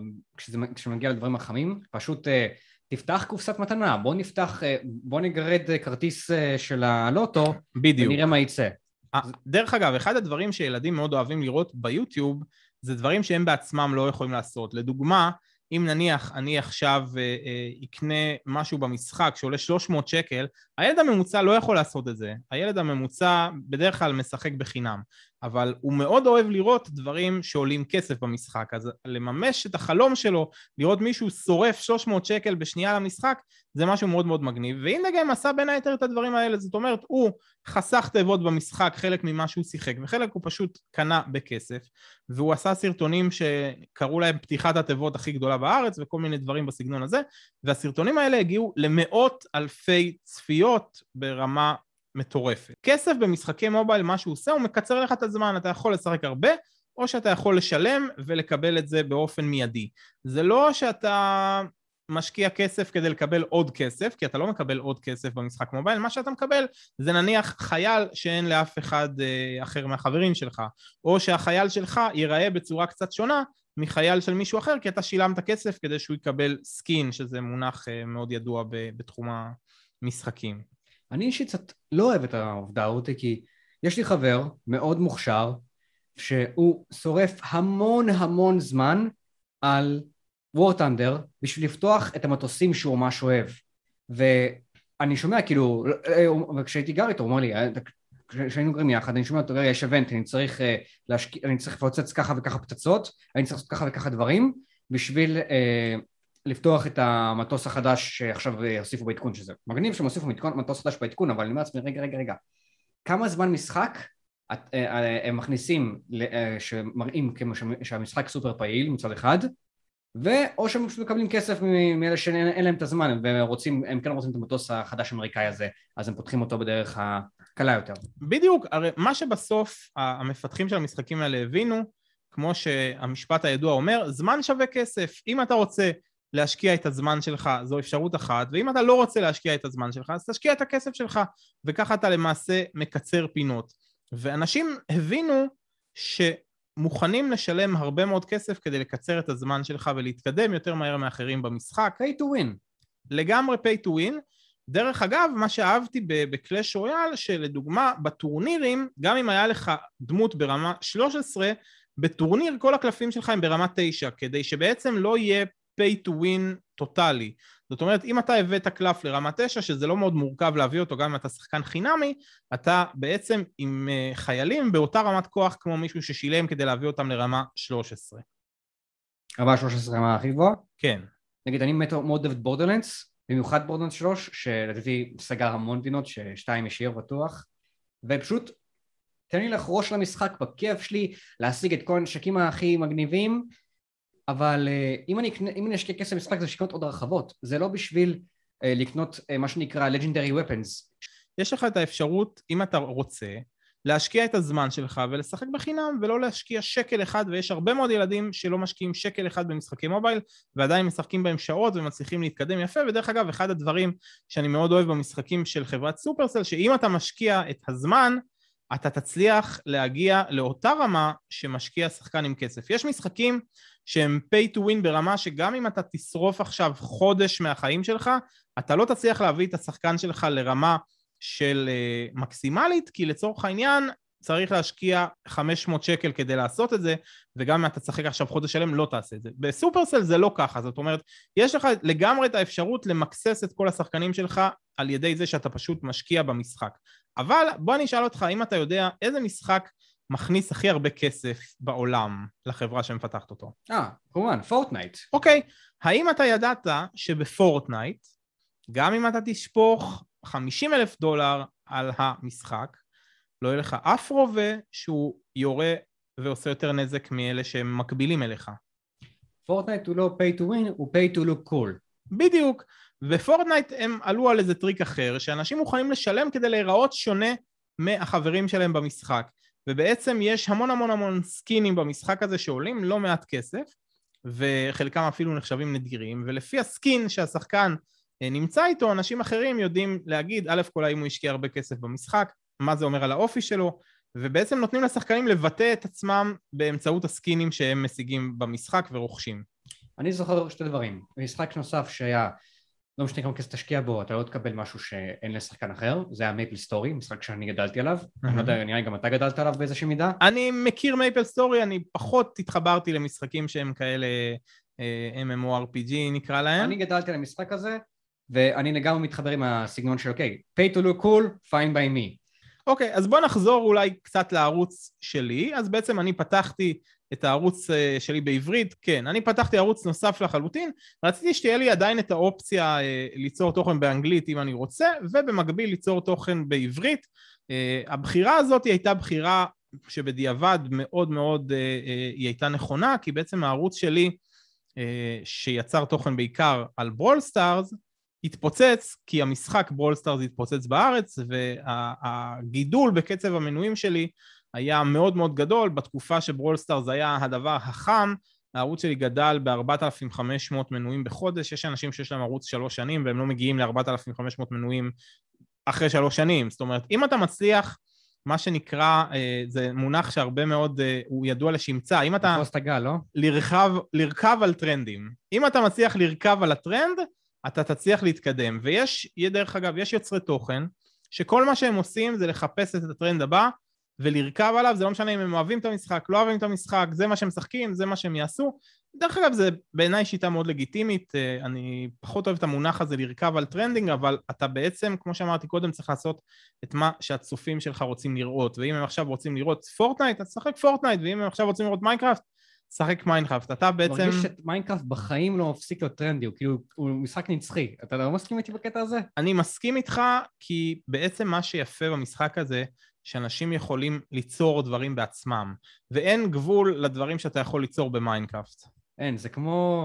כשמגיע לדברים החמים, פשוט תפתח קופסת מתנה, בוא נגרד כרטיס של הלוטו, בדיוק. ונראה מה יצא. דרך אגב, אחד הדברים שילדים מאוד אוהבים לראות ביוטיוב, זה דברים שהם בעצמם לא יכולים לעשות. לדוגמה, אם נניח אני עכשיו אקנה משהו במשחק שעולה 300 שקל, הילד הממוצע לא יכול לעשות את זה. הילד הממוצע בדרך כלל משחק בחינם, אבל הוא מאוד אוהב לראות דברים שעולים כסף במשחק, אז לממש את החלום שלו, לראות מישהו שורף 300 שקל בשנייה למשחק, זה משהו מאוד מאוד מגניב, ואין דגם עשה בין היתר את הדברים האלה, זאת אומרת, הוא חסך תיבות במשחק, חלק ממה שהוא שיחק, וחלק הוא פשוט קנה בכסף, והוא עשה סרטונים שקראו להם פתיחת התיבות הכי גדולה בארץ, וכל מיני דברים בסגנון הזה, והסרטונים האלה הגיעו למאות אלפי צפיות ברמה מטורפת. כסף במשחקי מובייל, מה שהוא עושה, הוא מקצר לך את הזמן, אתה יכול לשחק הרבה, או שאתה יכול לשלם ולקבל את זה באופן מיידי. זה לא שאתה משקיע כסף כדי לקבל עוד כסף, כי אתה לא מקבל עוד כסף במשחק מובייל, מה שאתה מקבל זה נניח חייל שאין לאף אחד אחר מהחברים שלך, או שהחייל שלך ייראה בצורה קצת שונה מחייל של מישהו אחר, כי אתה שילמת כסף כדי שהוא יקבל סקין, שזה מונח מאוד ידוע בתחום המשחקים. אני אישית קצת לא אוהב את העובדה הזאת, כי יש לי חבר מאוד מוכשר, שהוא שורף המון זמן על War Thunder, בשביל לפתוח את המטוסים שהוא ממש אוהב. ואני שומע כאילו, וכשהייתי גר איתו, הוא אומר לי, כשהיינו גרים יחד, אני שומע אותו, יש אבנט, אני צריך לפוצץ ככה וככה פצצות, אני צריך לעשות ככה וככה דברים, בשביל לפתוח את המטוס החדש שעכשיו יוסיפו בעדכון, שזה מגניב שהם הוסיפו מטוס חדש בעדכון, אבל אני אומר לעצמי, רגע, כמה זמן משחק הם מכניסים שמראים שהמשחק סופר פעיל מצד אחד, או שהם פשוט מקבלים כסף מאלה שאין להם את הזמן, והם כן רוצים את המטוס החדש האמריקאי הזה, אז הם פותחים אותו בדרך הקלה יותר. בדיוק, הרי מה שבסוף המפתחים של המשחקים האלה הבינו, כמו שהמשפט הידוע אומר, זמן שווה כסף. אם אתה רוצה להשקיע את הזמן שלך, זו אפשרות אחת, ואם אתה לא רוצה להשקיע את הזמן שלך, אז תשקיע את הכסף שלך, וככה אתה למעשה מקצר פינות. ואנשים הבינו שמוכנים לשלם הרבה מאוד כסף כדי לקצר את הזמן שלך ולהתקדם יותר מהר מאחרים במשחק. pay to win. לגמרי pay to win. דרך אגב, מה שאהבתי בקלאש רויאל, שלדוגמה בטורנירים, גם אם היה לך דמות ברמה 13, בטורניר כל הקלפים שלך הם ברמה 9, כדי שבעצם לא יהיה pay to win טוטלי. זאת אומרת, אם אתה הבאת קלף לרמה 9, שזה לא מאוד מורכב להביא אותו, גם אם אתה שחקן חינמי, אתה בעצם עם חיילים באותה רמת כוח כמו מישהו ששילם כדי להביא אותם לרמה 13. רמה 13 רמה הכי גבוהה? כן. נגיד, אני מאוד אוהב בורדרלנדס, במיוחד בורדרלנדס 3, שלדעתי סגר המון פינות, ש2 ישיר בטוח, ופשוט תן לי לחרוש למשחק בכיף שלי, להשיג את כל הנשקים הכי מגניבים, אבל אם אני אשקיע כסף במשחק זה שקנות עוד הרחבות, זה לא בשביל לקנות מה שנקרא Legendary Weapons. יש לך את האפשרות, אם אתה רוצה, להשקיע את הזמן שלך ולשחק בחינם ולא להשקיע שקל אחד, ויש הרבה מאוד ילדים שלא משקיעים שקל אחד במשחקי מובייל ועדיין משחקים בהם שעות ומצליחים להתקדם יפה. ודרך אגב, אחד הדברים שאני מאוד אוהב במשחקים של חברת סופרסל, שאם אתה משקיע את הזמן, אתה תצליח להגיע לאותה רמה שמשקיע שחקן עם כסף. יש משחקים שהם pay to win ברמה שגם אם אתה תשרוף עכשיו חודש מהחיים שלך, אתה לא תצליח להביא את השחקן שלך לרמה של מקסימלית, כי לצורך העניין צריך להשקיע 500 שקל כדי לעשות את זה, וגם אם אתה תשחק עכשיו חודש שלם לא תעשה את זה. בסופרסל זה לא ככה, זאת אומרת, יש לך לגמרי את האפשרות למקסס את כל השחקנים שלך על ידי זה שאתה פשוט משקיע במשחק. אבל בוא אני אשאל אותך, אם אתה יודע איזה משחק מכניס הכי הרבה כסף בעולם לחברה שמפתחת אותו? כמובן, פורטנייט. אוקיי, האם אתה ידעת שבפורטנייט, גם אם אתה תשפוך $50,000 על המשחק, לא יהיה לך אף רובה שהוא יורה ועושה יותר נזק מאלה שהם מקבילים אליך? פורטנייט הוא לא pay to win, הוא pay to look cool. בדיוק, ופורטנייט הם עלו על איזה טריק אחר, שאנשים מוכנים לשלם כדי להיראות שונה מהחברים שלהם במשחק, ובעצם יש המון המון המון סקינים במשחק הזה שעולים לא מעט כסף, וחלקם אפילו נחשבים נדירים, ולפי הסקין שהשחקן נמצא איתו, אנשים אחרים יודעים להגיד, א' כל האם הוא השקיע הרבה כסף במשחק, מה זה אומר על האופי שלו, ובעצם נותנים לשחקנים לבטא את עצמם באמצעות הסקינים שהם משיגים במשחק ורוכשים. אני זוכר שתי דברים. משחק נוסף שהיה, לא משנה כמה כסף תשקיע בו, אתה לא תקבל משהו שאין לשחקן אחר, זה היה מייפל סטורי, משחק שאני גדלתי עליו, אני לא יודע, נראה לי גם אתה גדלת עליו באיזושהי מידה. אני מכיר מייפל סטורי, אני פחות התחברתי למשחקים שהם כאלה MMORPG נקרא להם. אני גדלתי על המשחק הזה, ואני לגמרי מתחבר עם הסגנון של אוקיי, pay to look cool, fine by me. אוקיי, אז בוא נחזור אולי קצת לערוץ שלי. אז בעצם אני פתחתי את הערוץ שלי בעברית. כן, אני פתחתי ערוץ נוסף לחלוטין. רציתי שתהיה לי עדיין את האופציה ליצור תוכן באנגלית אם אני רוצה, ובמקביל ליצור תוכן בעברית. הבחירה הזאת הייתה בחירה שבדיעבד מאוד מאוד היא הייתה נכונה, כי בעצם הערוץ שלי שיצר תוכן בעיקר על ברול סטארס, התפוצץ, כי המשחק ברול סטארס התפוצץ בארץ, והגידול בקצב המנויים שלי היה מאוד מאוד גדול. בתקופה שברול סטארס היה הדבר החם, הערוץ שלי גדל ב-4,500 מנויים בחודש. יש אנשים שיש להם ערוץ 3 שנים, והם לא מגיעים ל-4,500 מנויים אחרי 3 שנים. זאת אומרת, אם אתה מצליח, מה שנקרא, זה מונח שהרבה מאוד, הוא ידוע לשמצה, אם אתה... תגל, לא? לרכב על טרנדים. אם אתה מצליח לרכב על הטרנד, אתה תצליח להתקדם. ויש, דרך אגב, יש יוצרי תוכן, שכל מה שהם עושים זה לחפש את הטרנד הבא, ולרכב עליו. זה לא משנה אם הם אוהבים את המשחק, לא אוהבים את המשחק, זה מה שהם משחקים, זה מה שהם יעשו. דרך אגב, זה בעיניי שיטה מאוד לגיטימית. אני פחות אוהב את המונח הזה לרכב על טרנדינג, אבל אתה בעצם, כמו שאמרתי קודם, צריך לעשות את מה שהצופים שלך רוצים לראות. ואם הם עכשיו רוצים לראות פורטנייט, אז תשחק פורטנייט, ואם הם עכשיו רוצים לראות מיינקראפט, שחק מיינקראפט. אתה בעצם... מרגיש שמיינקראפט בחיים לא מפסיק להיות טרנדי, הוא משחק נצחי. אתה לא מסכים איתי בקטע הזה? אני מסכים איתך, כי בעצם מה שיפה במשחק הזה, שאנשים יכולים ליצור דברים בעצמם, ואין גבול לדברים שאתה יכול ליצור במיינקראפט. אין, זה כמו...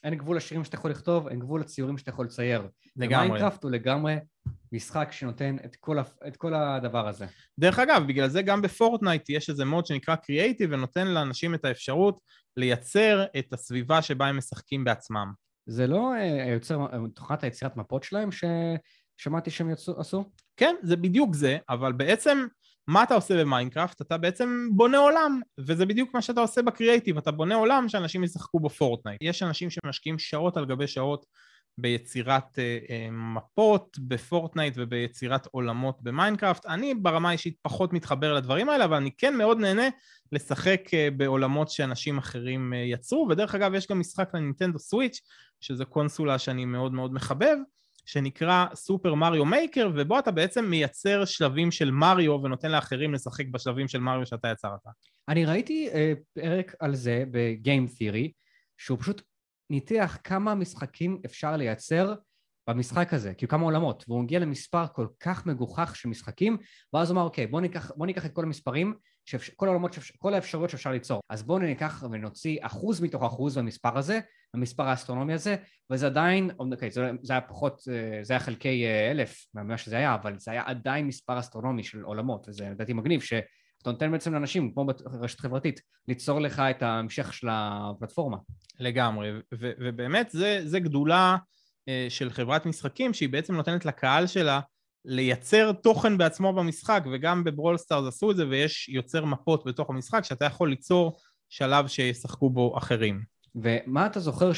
אין גבול לשירים שאתה יכול לכתוב, אין גבול לציורים שאתה יכול לצייר. לגמרי. מיינקראפט הוא לגמרי משחק שנותן את כל הדבר הזה. דרך אגב, בגלל זה גם בפורטנייט יש איזה מוד שנקרא קריאייטיב, ונותן לאנשים את האפשרות לייצר את הסביבה שבה הם משחקים בעצמם. זה לא תוכנת היצירת מפות שלהם ששמעתי שהם עשו? כן, זה בדיוק זה, אבל בעצם מה אתה עושה במיינקראפט? אתה בעצם בונה עולם, וזה בדיוק מה שאתה עושה בקריאייטיב, אתה בונה עולם שאנשים ישחקו בפורטנייט. יש אנשים שמשקיעים שעות על גבי שעות ביצירת מפות בפורטנייט וביצירת עולמות במיינקראפט. אני ברמה אישית פחות מתחבר לדברים האלה, אבל אני כן מאוד נהנה לשחק בעולמות שאנשים אחרים יצרו, ודרך אגב יש גם משחק לנינטנדו סוויץ', שזה קונסולה שאני מאוד מאוד מחבב, שנקרא סופר מריו מייקר, ובו אתה בעצם מייצר שלבים של מריו ונותן לאחרים לשחק בשלבים של מריו שאתה יצרת. אני ראיתי פרק על זה בגיים תיאורי, שהוא פשוט ניתח כמה משחקים אפשר לייצר במשחק הזה, כאילו כמה עולמות, והוא מגיע למספר כל כך מגוחך של משחקים, ואז הוא אמר, אוקיי, בוא ניקח את כל המספרים, כל העולמות, כל האפשרויות שאפשר ליצור, אז בואו ניקח ונוציא אחוז מתוך אחוז במספר הזה, המספר האסטרונומי הזה, וזה עדיין, אוקיי, זה היה פחות, זה היה חלקי 1,000 ממה שזה היה, אבל זה היה עדיין מספר אסטרונומי של עולמות, וזה לדעתי מגניב, שאתה נותן בעצם לאנשים, כמו ברשת חברתית, ליצור לך את ההמשך של הפלטפורמה. לגמרי, ובאמת זה גדולה של חברת משחקים, שהיא בעצם נותנת לקהל שלה לייצר תוכן בעצמו במשחק, וגם בברול סטארס עשו את זה, ויש יוצר מפות בתוך המשחק, שאתה יכול ליצור שלב שישחקו בו אחרים. ומה אתה זוכר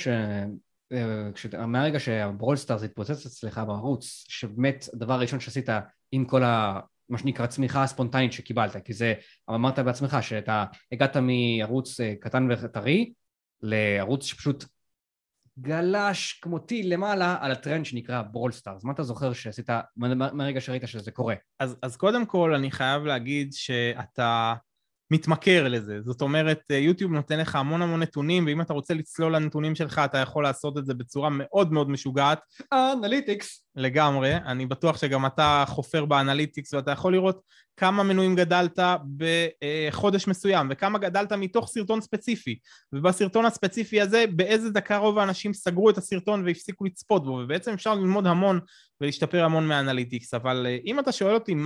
מהרגע שהברול סטארס התפוצץ אצלך בערוץ, שבאמת הדבר הראשון שעשית עם כל מה שנקרא צמיחה הספונטנית שקיבלת, כי זה, אמרת בעצמך שאתה הגעת מערוץ קטן וטרי, לערוץ שפשוט גלש כמו טיל למעלה על הטרנד שנקרא ברול סטארס. מה אתה זוכר שעשית מהרגע שראית שזה קורה? אז קודם כל אני חייב להגיד שאתה מתמכר לזה. זאת אומרת, יוטיוב נותן לך המון נתונים, ואם אתה רוצה לצלול לנתונים שלך, אתה יכול לעשות את זה בצורה מאוד מאוד משוגעת. אנליטיקס. לגמרי. אני בטוח שגם אתה חופר באנליטיקס, ואתה יכול לראות כמה מנויים גדלת בחודש מסוים, וכמה גדלת מתוך סרטון ספציפי. ובסרטון הספציפי הזה, באיזה דקה רוב האנשים סגרו את הסרטון והפסיקו לצפות בו, ובעצם אפשר ללמוד המון ולהשתפר המון מהאנליטיקס. אבל אם אתה שואל אותי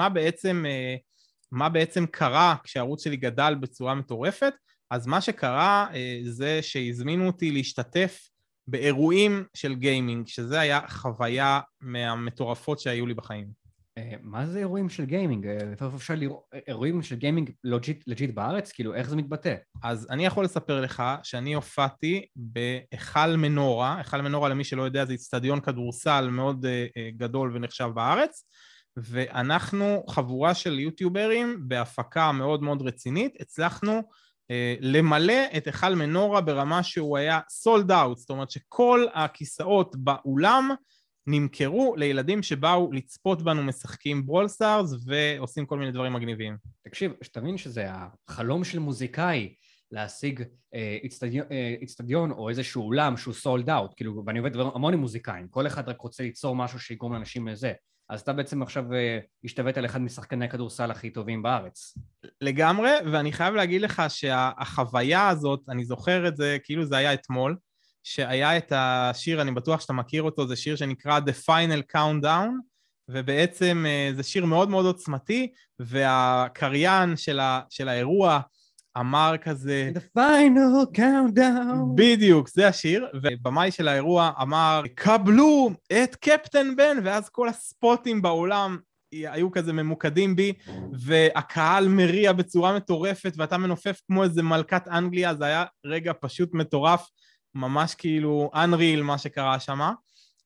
מה בעצם קרה כשהערוץ שלי גדל בצורה מטורפת, אז מה שקרה זה שהזמינו אותי להשתתף באירועים של גיימינג, שזה היה חוויה מהמטורפות שהיו לי בחיים. מה זה אירועים של גיימינג? אפשר לראות אירועים של גיימינג לג'יט בארץ? כאילו, איך זה מתבטא? אז אני יכול לספר לך שאני הופעתי בהיכל מנורה, היכל מנורה למי שלא יודע זה אצטדיון כדורסל מאוד גדול ונחשב בארץ, ואנחנו חבורה של יוטיוברים בהפקה מאוד מאוד רצינית, הצלחנו למלא את היכל מנורה ברמה שהוא היה sold out, זאת אומרת שכל הכיסאות באולם נמכרו לילדים שבאו לצפות בנו משחקים ברול סטארס ועושים כל מיני דברים מגניבים. תקשיב, שתבין שזה החלום של מוזיקאי להשיג אצטדיון או איזשהו אולם שהוא sold out, כאילו, ואני עובד המון עם מוזיקאים, כל אחד רק רוצה ליצור משהו שיגרום לאנשים לזה. אז אתה בעצם עכשיו השתווית על אחד משחקני הכדורסל הכי טובים בארץ. לגמרי, ואני חייב להגיד לך שהחוויה הזאת, אני זוכר את זה, כאילו זה היה אתמול, שהיה את השיר, אני בטוח שאתה מכיר אותו, זה שיר שנקרא The Final Countdown, ובעצם זה שיר מאוד מאוד עוצמתי, והקריין של האירוע אמר כזה... The Final Countdown. בדיוק, זה השיר, ובמאי של האירוע אמר, קבלו את קפטן בן, ואז כל הספוטים בעולם היו כזה ממוקדים בי, והקהל מריע בצורה מטורפת, ואתה מנופף כמו איזה מלכת אנגליה, זה היה רגע פשוט מטורף, ממש כאילו unreal מה שקרה שמה,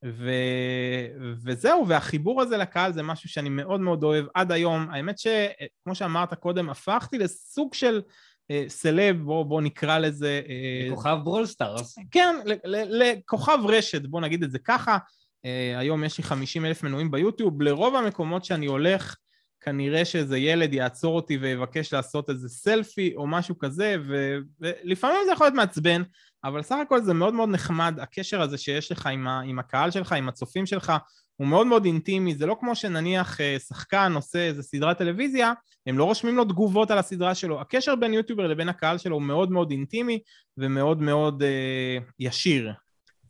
וזהו, והחיבור הזה לקהל זה משהו שאני מאוד מאוד אוהב עד היום. האמת שכמו שאמרת קודם, הפכתי לסוג של סלב, בוא נקרא לזה... לכוכב ברול סטארס. כן, לכוכב רשת, בוא נגיד את זה ככה. היום יש לי 50,000 מנויים ביוטיוב, לרוב המקומות שאני הולך, כנראה שאיזה ילד יעצור אותי ויבקש לעשות איזה סלפי או משהו כזה, ולפעמים זה יכול להיות מעצבן, אבל סך הכל זה מאוד מאוד נחמד, הקשר הזה שיש לך עם הקהל שלך, עם הצופים שלך, הוא מאוד מאוד אינטימי, זה לא כמו שנניח שחקן עושה איזה סדרת טלוויזיה, הם לא רושמים לו תגובות על הסדרה שלו, הקשר בין יוטיובר לבין הקהל שלו הוא מאוד מאוד אינטימי, ומאוד מאוד ישיר.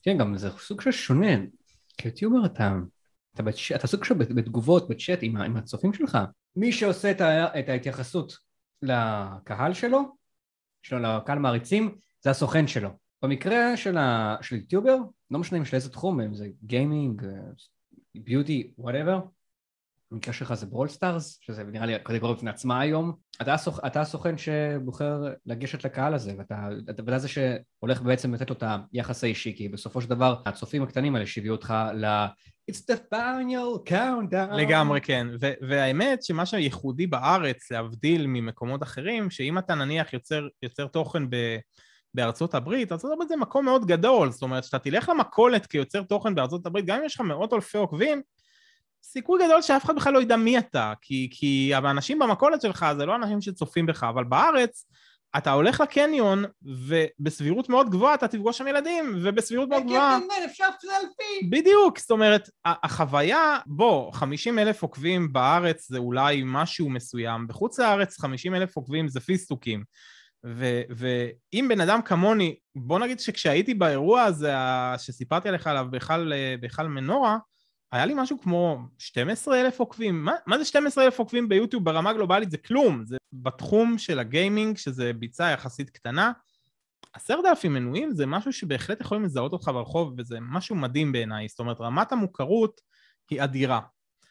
כן, גם זה סוג של שונה. כיוטיובר אתה סוג של בתגובות, בצ'אט עם הצופים שלך. מי שעושה את ההתייחסות לקהל שלו, לקהל מעריצים, זה הסוכן שלו. במקרה של יוטיובר, לא משנה של איזה תחום, אם זה גיימינג, ביוטי, whatever, במקרה שלך זה ברול סטארס, שזה נראה לי קטגוריה בפני עצמה היום, אתה הסוכן שבוחר לגשת לקהל הזה, ואתה זה שהולך בעצם לתת לו את היחס האישי, כי בסופו של דבר הצופים הקטנים האלה שהביאו אותך It's the final countdown. לגמרי כן, והאמת שמה שייחודי בארץ, להבדיל ממקומות אחרים, שאם אתה נניח יוצר תוכן בארצות הברית, ארצות הברית זה מקום מאוד גדול, זאת אומרת שאתה תלך למכולת כיוצר תוכן בארצות הברית, גם אם יש לך מאות אלפי עוקבים, סיכוי גדול שאף אחד בכלל לא ידע מי אתה, כי האנשים במכולת שלך זה לא אנשים שצופים בך, אבל בארץ אתה הולך לקניון, ובסבירות מאוד גבוהה אתה תפגוש שם ילדים, ובסבירות מאוד גבוהה... אפשר סלפי! בדיוק, זאת אומרת, החוויה, 50,000 עוקבים בארץ זה אולי משהו מסוים, בחוץ לארץ 50,000 עוקבים זה פיסטוקים, ואם בן אדם כמוני, בוא נגיד שכשהייתי באירוע הזה, שסיפרתי עליך עליו בהיכל מנורה, היה לי משהו כמו 12,000 עוקבים. מה זה 12,000 עוקבים ביוטיוב ברמה גלובלית? זה כלום. זה בתחום של הגיימינג, שזה ביצה יחסית קטנה. 10,000 מנויים זה משהו שבהחלט יכולים לזהות אותך ברחוב, וזה משהו מדהים בעיניי. זאת אומרת, רמת המוכרות היא אדירה.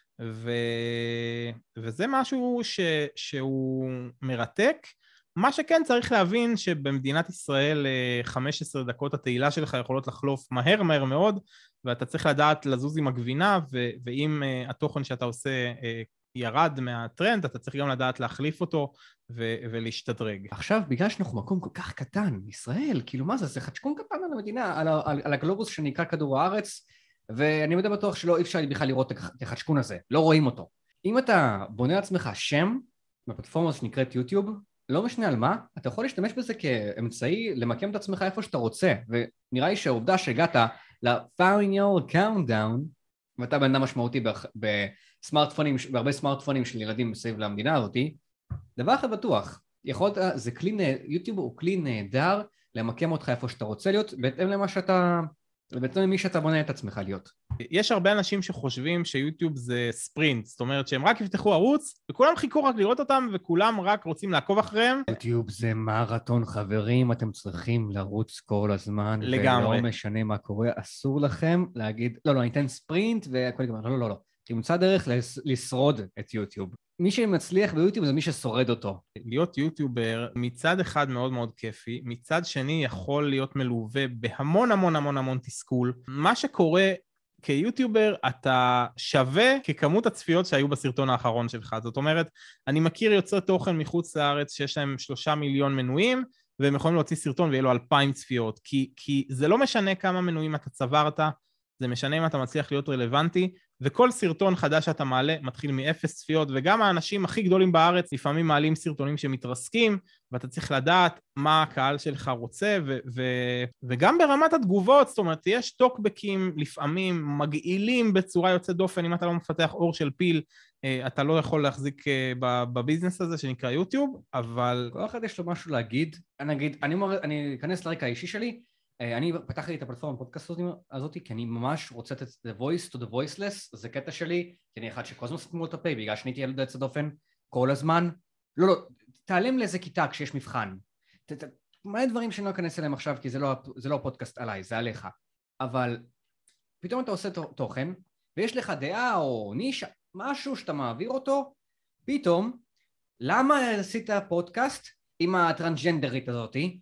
וזה משהו שהוא מרתק. מה שכן צריך להבין שבמדינת ישראל 15 דקות התהילה שלך יכולות לחלוף מהר מאוד, ואתה צריך לדעת לזוז עם הגבינה, ואם התוכן שאתה עושה ירד מהטרנד, אתה צריך גם לדעת להחליף אותו ולהשתדרג. עכשיו, בגלל שאנחנו מקום כל כך קטן, ישראל, כאילו מה זה חדשקון קטן על המדינה, על הגלובוס שנקרא כדור הארץ, ואני יודע בטוח שלא אפשר בכלל לראות את החדשקון הזה, לא רואים אותו. אם אתה בונה לעצמך שם בפלטפורמה שנקראת יוטיוב, לא משנה על מה, אתה יכול להשתמש בזה כאמצעי למקם את עצמך איפה שאתה רוצה, ונראה לי שהעובדה שהגעת ל-Final Countdown, ואתה בן אדם משמעותי בסמארטפונים, בהרבה סמארטפונים של ילדים מסביב למדינה הזאת, דבר אחד בטוח, יוטיוב הוא כלי נהדר למקם אותך איפה שאתה רוצה להיות, בהתאם למי שאתה בונה את עצמך להיות. יש הרבה אנשים שחושבים שיוטיוב זה ספרינט, זאת אומרת שהם רק יפתחו ערוץ, וכולם חיכו רק לראות אותם, וכולם רק רוצים לעקוב אחריהם. יוטיוב זה מרתון, חברים, אתם צריכים לרוץ כל הזמן, לגמרי. ולא משנה מה קורה, אסור לכם להגיד, לא, אני אתן ספרינט, והכל יגמר, לא. תמצא דרך לשרוד את יוטיוב. מי שמצליח ביוטיוב זה מי ששורד אותו. להיות יוטיובר מצד אחד מאוד מאוד כיפי, מצד שני יכול להיות מלווה בהמון תסכול. מה שקורה כיוטיובר אתה שווה ככמות הצפיות שהיו בסרטון האחרון שלך. זאת אומרת, אני מכיר יוצרי תוכן מחוץ לארץ שיש להם 3 מיליון מנויים, והם יכולים להוציא סרטון ויהיה לו 2,000 צפיות, כי זה לא משנה כמה מנויים אתה צברת, זה משנה אם אתה מצליח להיות רלוונטי, וכל סרטון חדש שאתה מעלה מתחיל מ0 צפיות, וגם האנשים הכי גדולים בארץ לפעמים מעלים סרטונים שמתרסקים, ואתה צריך לדעת מה הקהל שלך רוצה, וגם ברמת התגובות, זאת אומרת, יש טוקבקים לפעמים מגעילים בצורה יוצאת דופן, אם אתה לא מפתח אור של פיל, אתה לא יכול להחזיק בביזנס הזה שנקרא יוטיוב, אבל... כל אחד יש לו משהו להגיד, אני אכנס לרקע האישי שלי, אני פתחתי את הפלטפורמה פודקאסט הזאת כי אני ממש רוצה את the voice to the voiceless, זה קטע שלי, כי אני אחד שכל הזמן סתמו את הפה, בגלל שאני הייתי ילד יוצא דופן כל הזמן, לא, תעלם לאיזה כיתה כשיש מבחן, מלא דברים שאני לא אכנס אליהם עכשיו, כי זה לא הפודקאסט עליי, זה עליך, אבל פתאום אתה עושה תוכן, ויש לך דעה או נישה, משהו שאתה מעביר אותו, פתאום, למה עשית פודקאסט עם הטרנסג'נדרית הזאתי?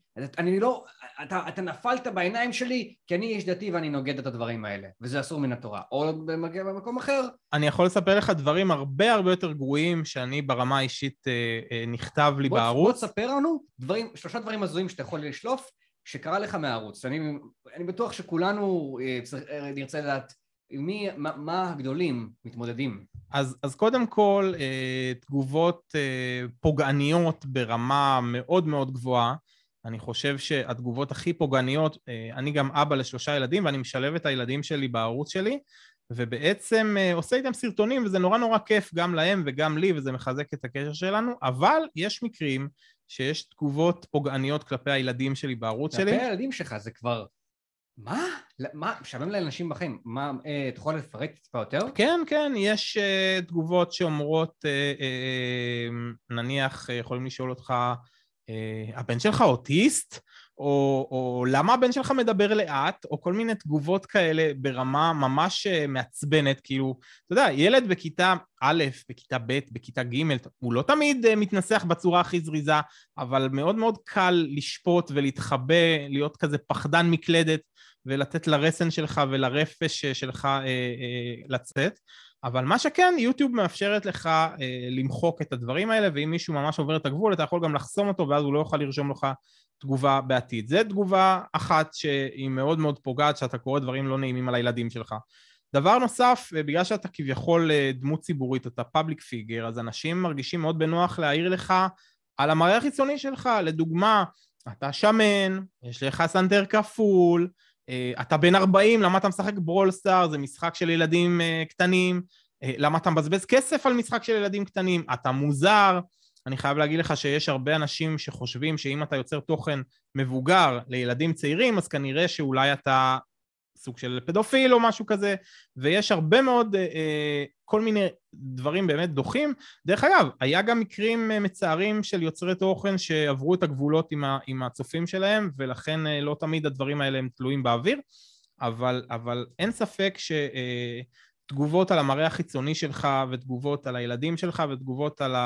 אתה נפלת בעיניים שלי, כי אני איש דתי ואני נוגד את הדברים האלה, וזה אסור מן התורה. או במקום אחר. אני יכול לספר לך דברים הרבה יותר גרועים, שאני ברמה האישית נכתב לי בערוץ. בוא תספר לנו 3 דברים הזויים שאתה יכול לשלוף, שקרה לך מהערוץ. אני בטוח שכולנו נרצה לדעת, מה הגדולים מתמודדים? אז קודם כל, תגובות פוגעניות ברמה מאוד גבוהה. אני חושב שהתגובות הכי פוגעניות, אני גם אבא ל3 ילדים, ואני משלב את הילדים שלי בערוץ שלי, ובעצם עושה איתם סרטונים, וזה נורא כיף גם להם וגם לי, וזה מחזק את הקשר שלנו, אבל יש מקרים שיש תגובות פוגעניות כלפי הילדים שלי בערוץ שלי. כלפי הילדים שלך זה כבר מה? מה? משלמים לאנשים בחיים. מה, אתה יכול לפרט טיפה יותר? כן, כן, יש תגובות שאומרות, נניח יכולים לשאול אותך, הבן שלך אוטיסט? או למה הבן שלך מדבר לאט? או כל מיני תגובות כאלה ברמה ממש מעצבנת, כאילו, אתה יודע, ילד בכיתה א', בכיתה ב', בכיתה ג', הוא לא תמיד מתנסח בצורה הכי זריזה, אבל מאוד מאוד קל לשפוט ולהתחבא, להיות כזה פחדן מקלדת, ולתת לרסן שלך ולרפש שלך לצאת. אבל מה שכן, יוטיוב מאפשרת לך למחוק את הדברים האלה, ואם מישהו ממש עובר את הגבול, אתה יכול גם לחסום אותו, ואז הוא לא יוכל לרשום לך תגובה בעתיד. זו תגובה אחת שהיא מאוד מאוד פוגעת, שאתה קורא דברים לא נעימים על הילדים שלך. דבר נוסף, בגלל שאתה כביכול דמות ציבורית, אתה פאבליק פיגר, אז אנשים מרגישים מאוד בנוח להעיר לך על המראה החיצוני שלך. לדוגמה, אתה שמן, יש לך סנטר כפול, אתה בן 40, למה אתה משחק ברול סטאר, זה משחק של ילדים קטנים, למה אתה מבזבז כסף על משחק של ילדים קטנים, אתה מוזר. אני חייב להגיד לך שיש הרבה אנשים שחושבים שאם אתה יוצר תוכן מבוגר לילדים צעירים, אז כנראה שאולי אתה סוג של פדופיל או משהו כזה, ויש הרבה מאוד כל מיני דברים באמת דוחים. דרך אגב, היה גם מקרים מצערים של יוצרי תוכן שעברו את הגבולות עם הצופים שלהם, ולכן לא תמיד הדברים האלה הם תלויים באוויר, אבל אין ספק שתגובות על המראה החיצוני שלך, ותגובות על הילדים שלך, ותגובות על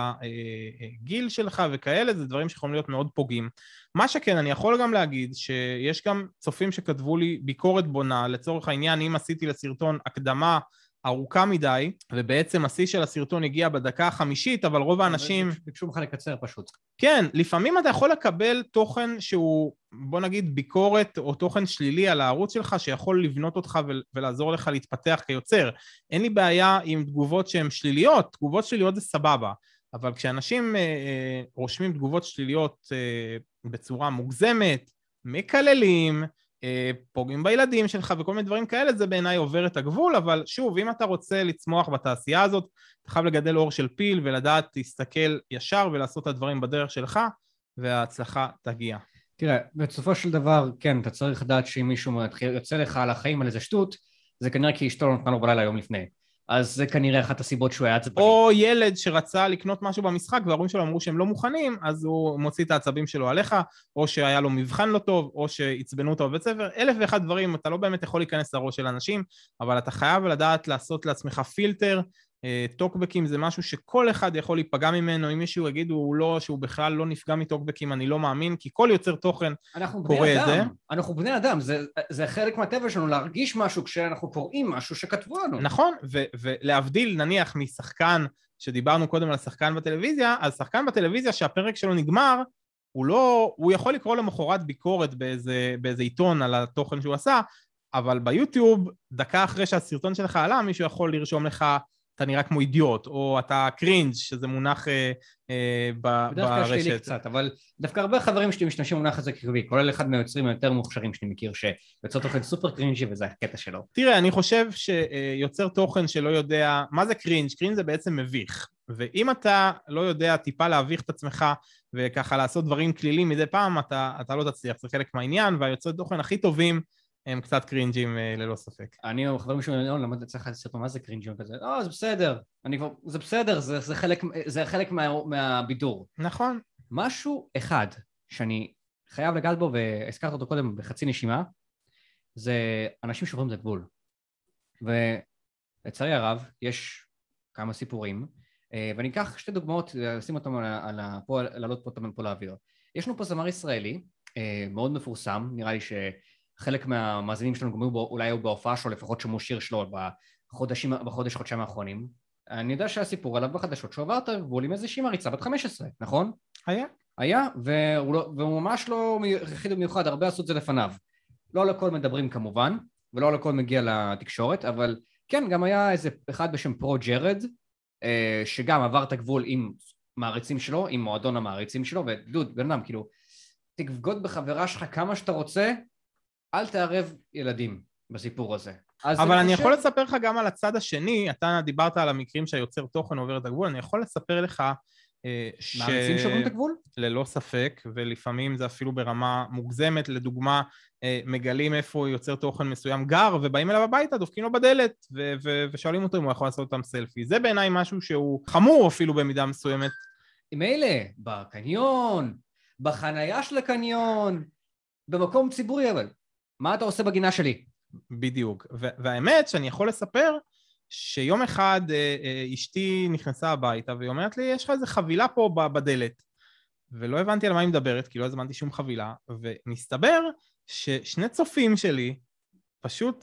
הגיל שלך וכאלה, זה דברים שיכולים להיות מאוד פוגעים. מה שכן, אני יכול גם להגיד שיש גם צופים שכתבו לי ביקורת בונה, לצורך העניין, אם עשיתי לסרטון הקדמה ארוכה מדי, ובעצם השיא של הסרטון הגיע בדקה ה-50, אבל רוב האנשים... ביקשו לך לקצר פשוט. כן, לפעמים אתה יכול לקבל תוכן שהוא, בוא נגיד, ביקורת או תוכן שלילי על הערוץ שלך, שיכול לבנות אותך ולעזור לך להתפתח כיוצר. אין לי בעיה עם תגובות שהן שליליות, תגובות שליליות זה סבבה, אבל כשאנשים רושמים תגובות שליליות בצורה מוגזמת, מקללים, פוגעים בילדים שלך וכל מיני דברים כאלה, זה בעיניי עובר את הגבול. אבל שוב, אם אתה רוצה לצמוח בתעשייה הזאת, אתה חייב לגדל אור של פיל ולדעת להסתכל ישר ולעשות את הדברים בדרך שלך, וההצלחה תגיע. תראה, בסופו של דבר, כן, אתה צריך לדעת שאם מישהו יוצא לך על החיים על איזה שטות, זה כנראה כי אשתו לא נתנה לו בלילה יום לפני. אז זה כנראה אחת הסיבות שהוא היה עצבני. או ילד שרצה לקנות משהו במשחק וההורים שלו אמרו שהם לא מוכנים, אז הוא מוציא את העצבים שלו עליך, או שהיה לו מבחן לא טוב, או שהצבנו אותו בבית ספר. 1001 דברים, אתה לא באמת יכול להיכנס לראש של אנשים, אבל אתה חייב לדעת לעשות לעצמך פילטר. טוקבקים זה משהו שכל אחד יכול להיפגע ממנו. אם מישהו יגיד שהוא בכלל לא נפגע מטוקבקים, אני לא מאמין, כי כל יוצר תוכן קורא את זה. אנחנו בני אדם, זה חלק מהטבע שלנו להרגיש משהו כשאנחנו קוראים משהו שכתבו לנו. נכון, ולהבדיל נניח משחקן, שדיברנו קודם על השחקן בטלוויזיה, אז שחקן בטלוויזיה שהפרק שלו נגמר, הוא יכול לקרוא למחרת ביקורת באיזה עיתון על התוכן שהוא עשה, אבל ביוטיוב, דקה אחרי שהסרטון שלך עלה, מישהו יכול לרשום לך, אתה נראה כמו אידיוט, או אתה קרינג', שזה מונח ברשת. בדרך כלל שלי קצת, אבל דווקא הרבה חברים שלי משתמשים במונח הזה כחיובי, כולל אחד מהיוצרים היותר מוכשרים שאני מכיר, שיוצר תוכן סופר קרינג'י, וזה הקטע שלו. תראה, אני חושב שיוצר תוכן שלא יודע, מה זה קרינג'? קרינג' זה בעצם מביך, ואם אתה לא יודע טיפה להביך את עצמך, וככה לעשות דברים כלילים מדי פעם, אתה לא תצליח, זה חלק מהעניין, והיוצרי תוכן הכי טובים, הם קצת קרינג'ים ללא ספק. אני או חברים שלי, למד לצלח לסרטון, מה זה קרינג'ים כזה? זה בסדר, זה בסדר, זה חלק מהבידור. נכון. משהו אחד שאני חייב לגעת בו, והזכרת אותו קודם בחצי נשימה, זה אנשים שעוברים את הגבול. ולצערי הרב, יש כמה סיפורים, ואני אקח שתי דוגמאות, לשים אותם לעלות פה לאוויר. יש לנו פה זמר ישראלי, מאוד מפורסם, נראה לי חלק מהמאזינים שלנו אולי היו בהופעה שלו, לפחות שמעו שיר שלו חודשיים האחרונים. אני יודע שהסיפור עליו בחדשות שהוא עבר את הגבול עם איזושהי מריצה בת 15, נכון? היה, והוא ממש לא יחיד במיוחד, הרבה עשו את זה לפניו. לא על הכל מדברים כמובן, ולא על הכל מגיע לתקשורת, אבל כן, גם היה איזה אחד בשם פרו ג'רד, שגם עבר את הגבול עם מעריצים שלו, עם מועדון המעריצים שלו, ודוד, בן אדם, כאילו, תבגוד בחברה שלך כמה שאתה רוצה, אל תערב ילדים בסיפור הזה. אבל אני יכול לספר לך גם על הצד השני, אתה דיברת על המקרים שהיוצר תוכן עובר את הגבול, אני יכול לספר לך מעריצים שוברים את הגבול? ללא ספק, ולפעמים זה אפילו ברמה מוגזמת, לדוגמה, מגלים איפה יוצר תוכן מסוים גר, ובאים אליו הביתה, דופקים לו בדלת, ושואלים אותו אם הוא יכול לעשות אותם סלפי. זה בעיניי משהו שהוא חמור אפילו במידה מסוימת. עם אלה, בקניון, בחנייה של הקניון, במקום ציבורי, אבל מה אתה עושה בגינה שלי? בדיוק, והאמת שאני יכול לספר שיום אחד אשתי נכנסה הביתה והיא אומרת לי, יש לך איזה חבילה פה בדלת, ולא הבנתי על מה היא מדברת, כי לא הזמנתי שום חבילה, ומסתבר ששני צופים שלי פשוט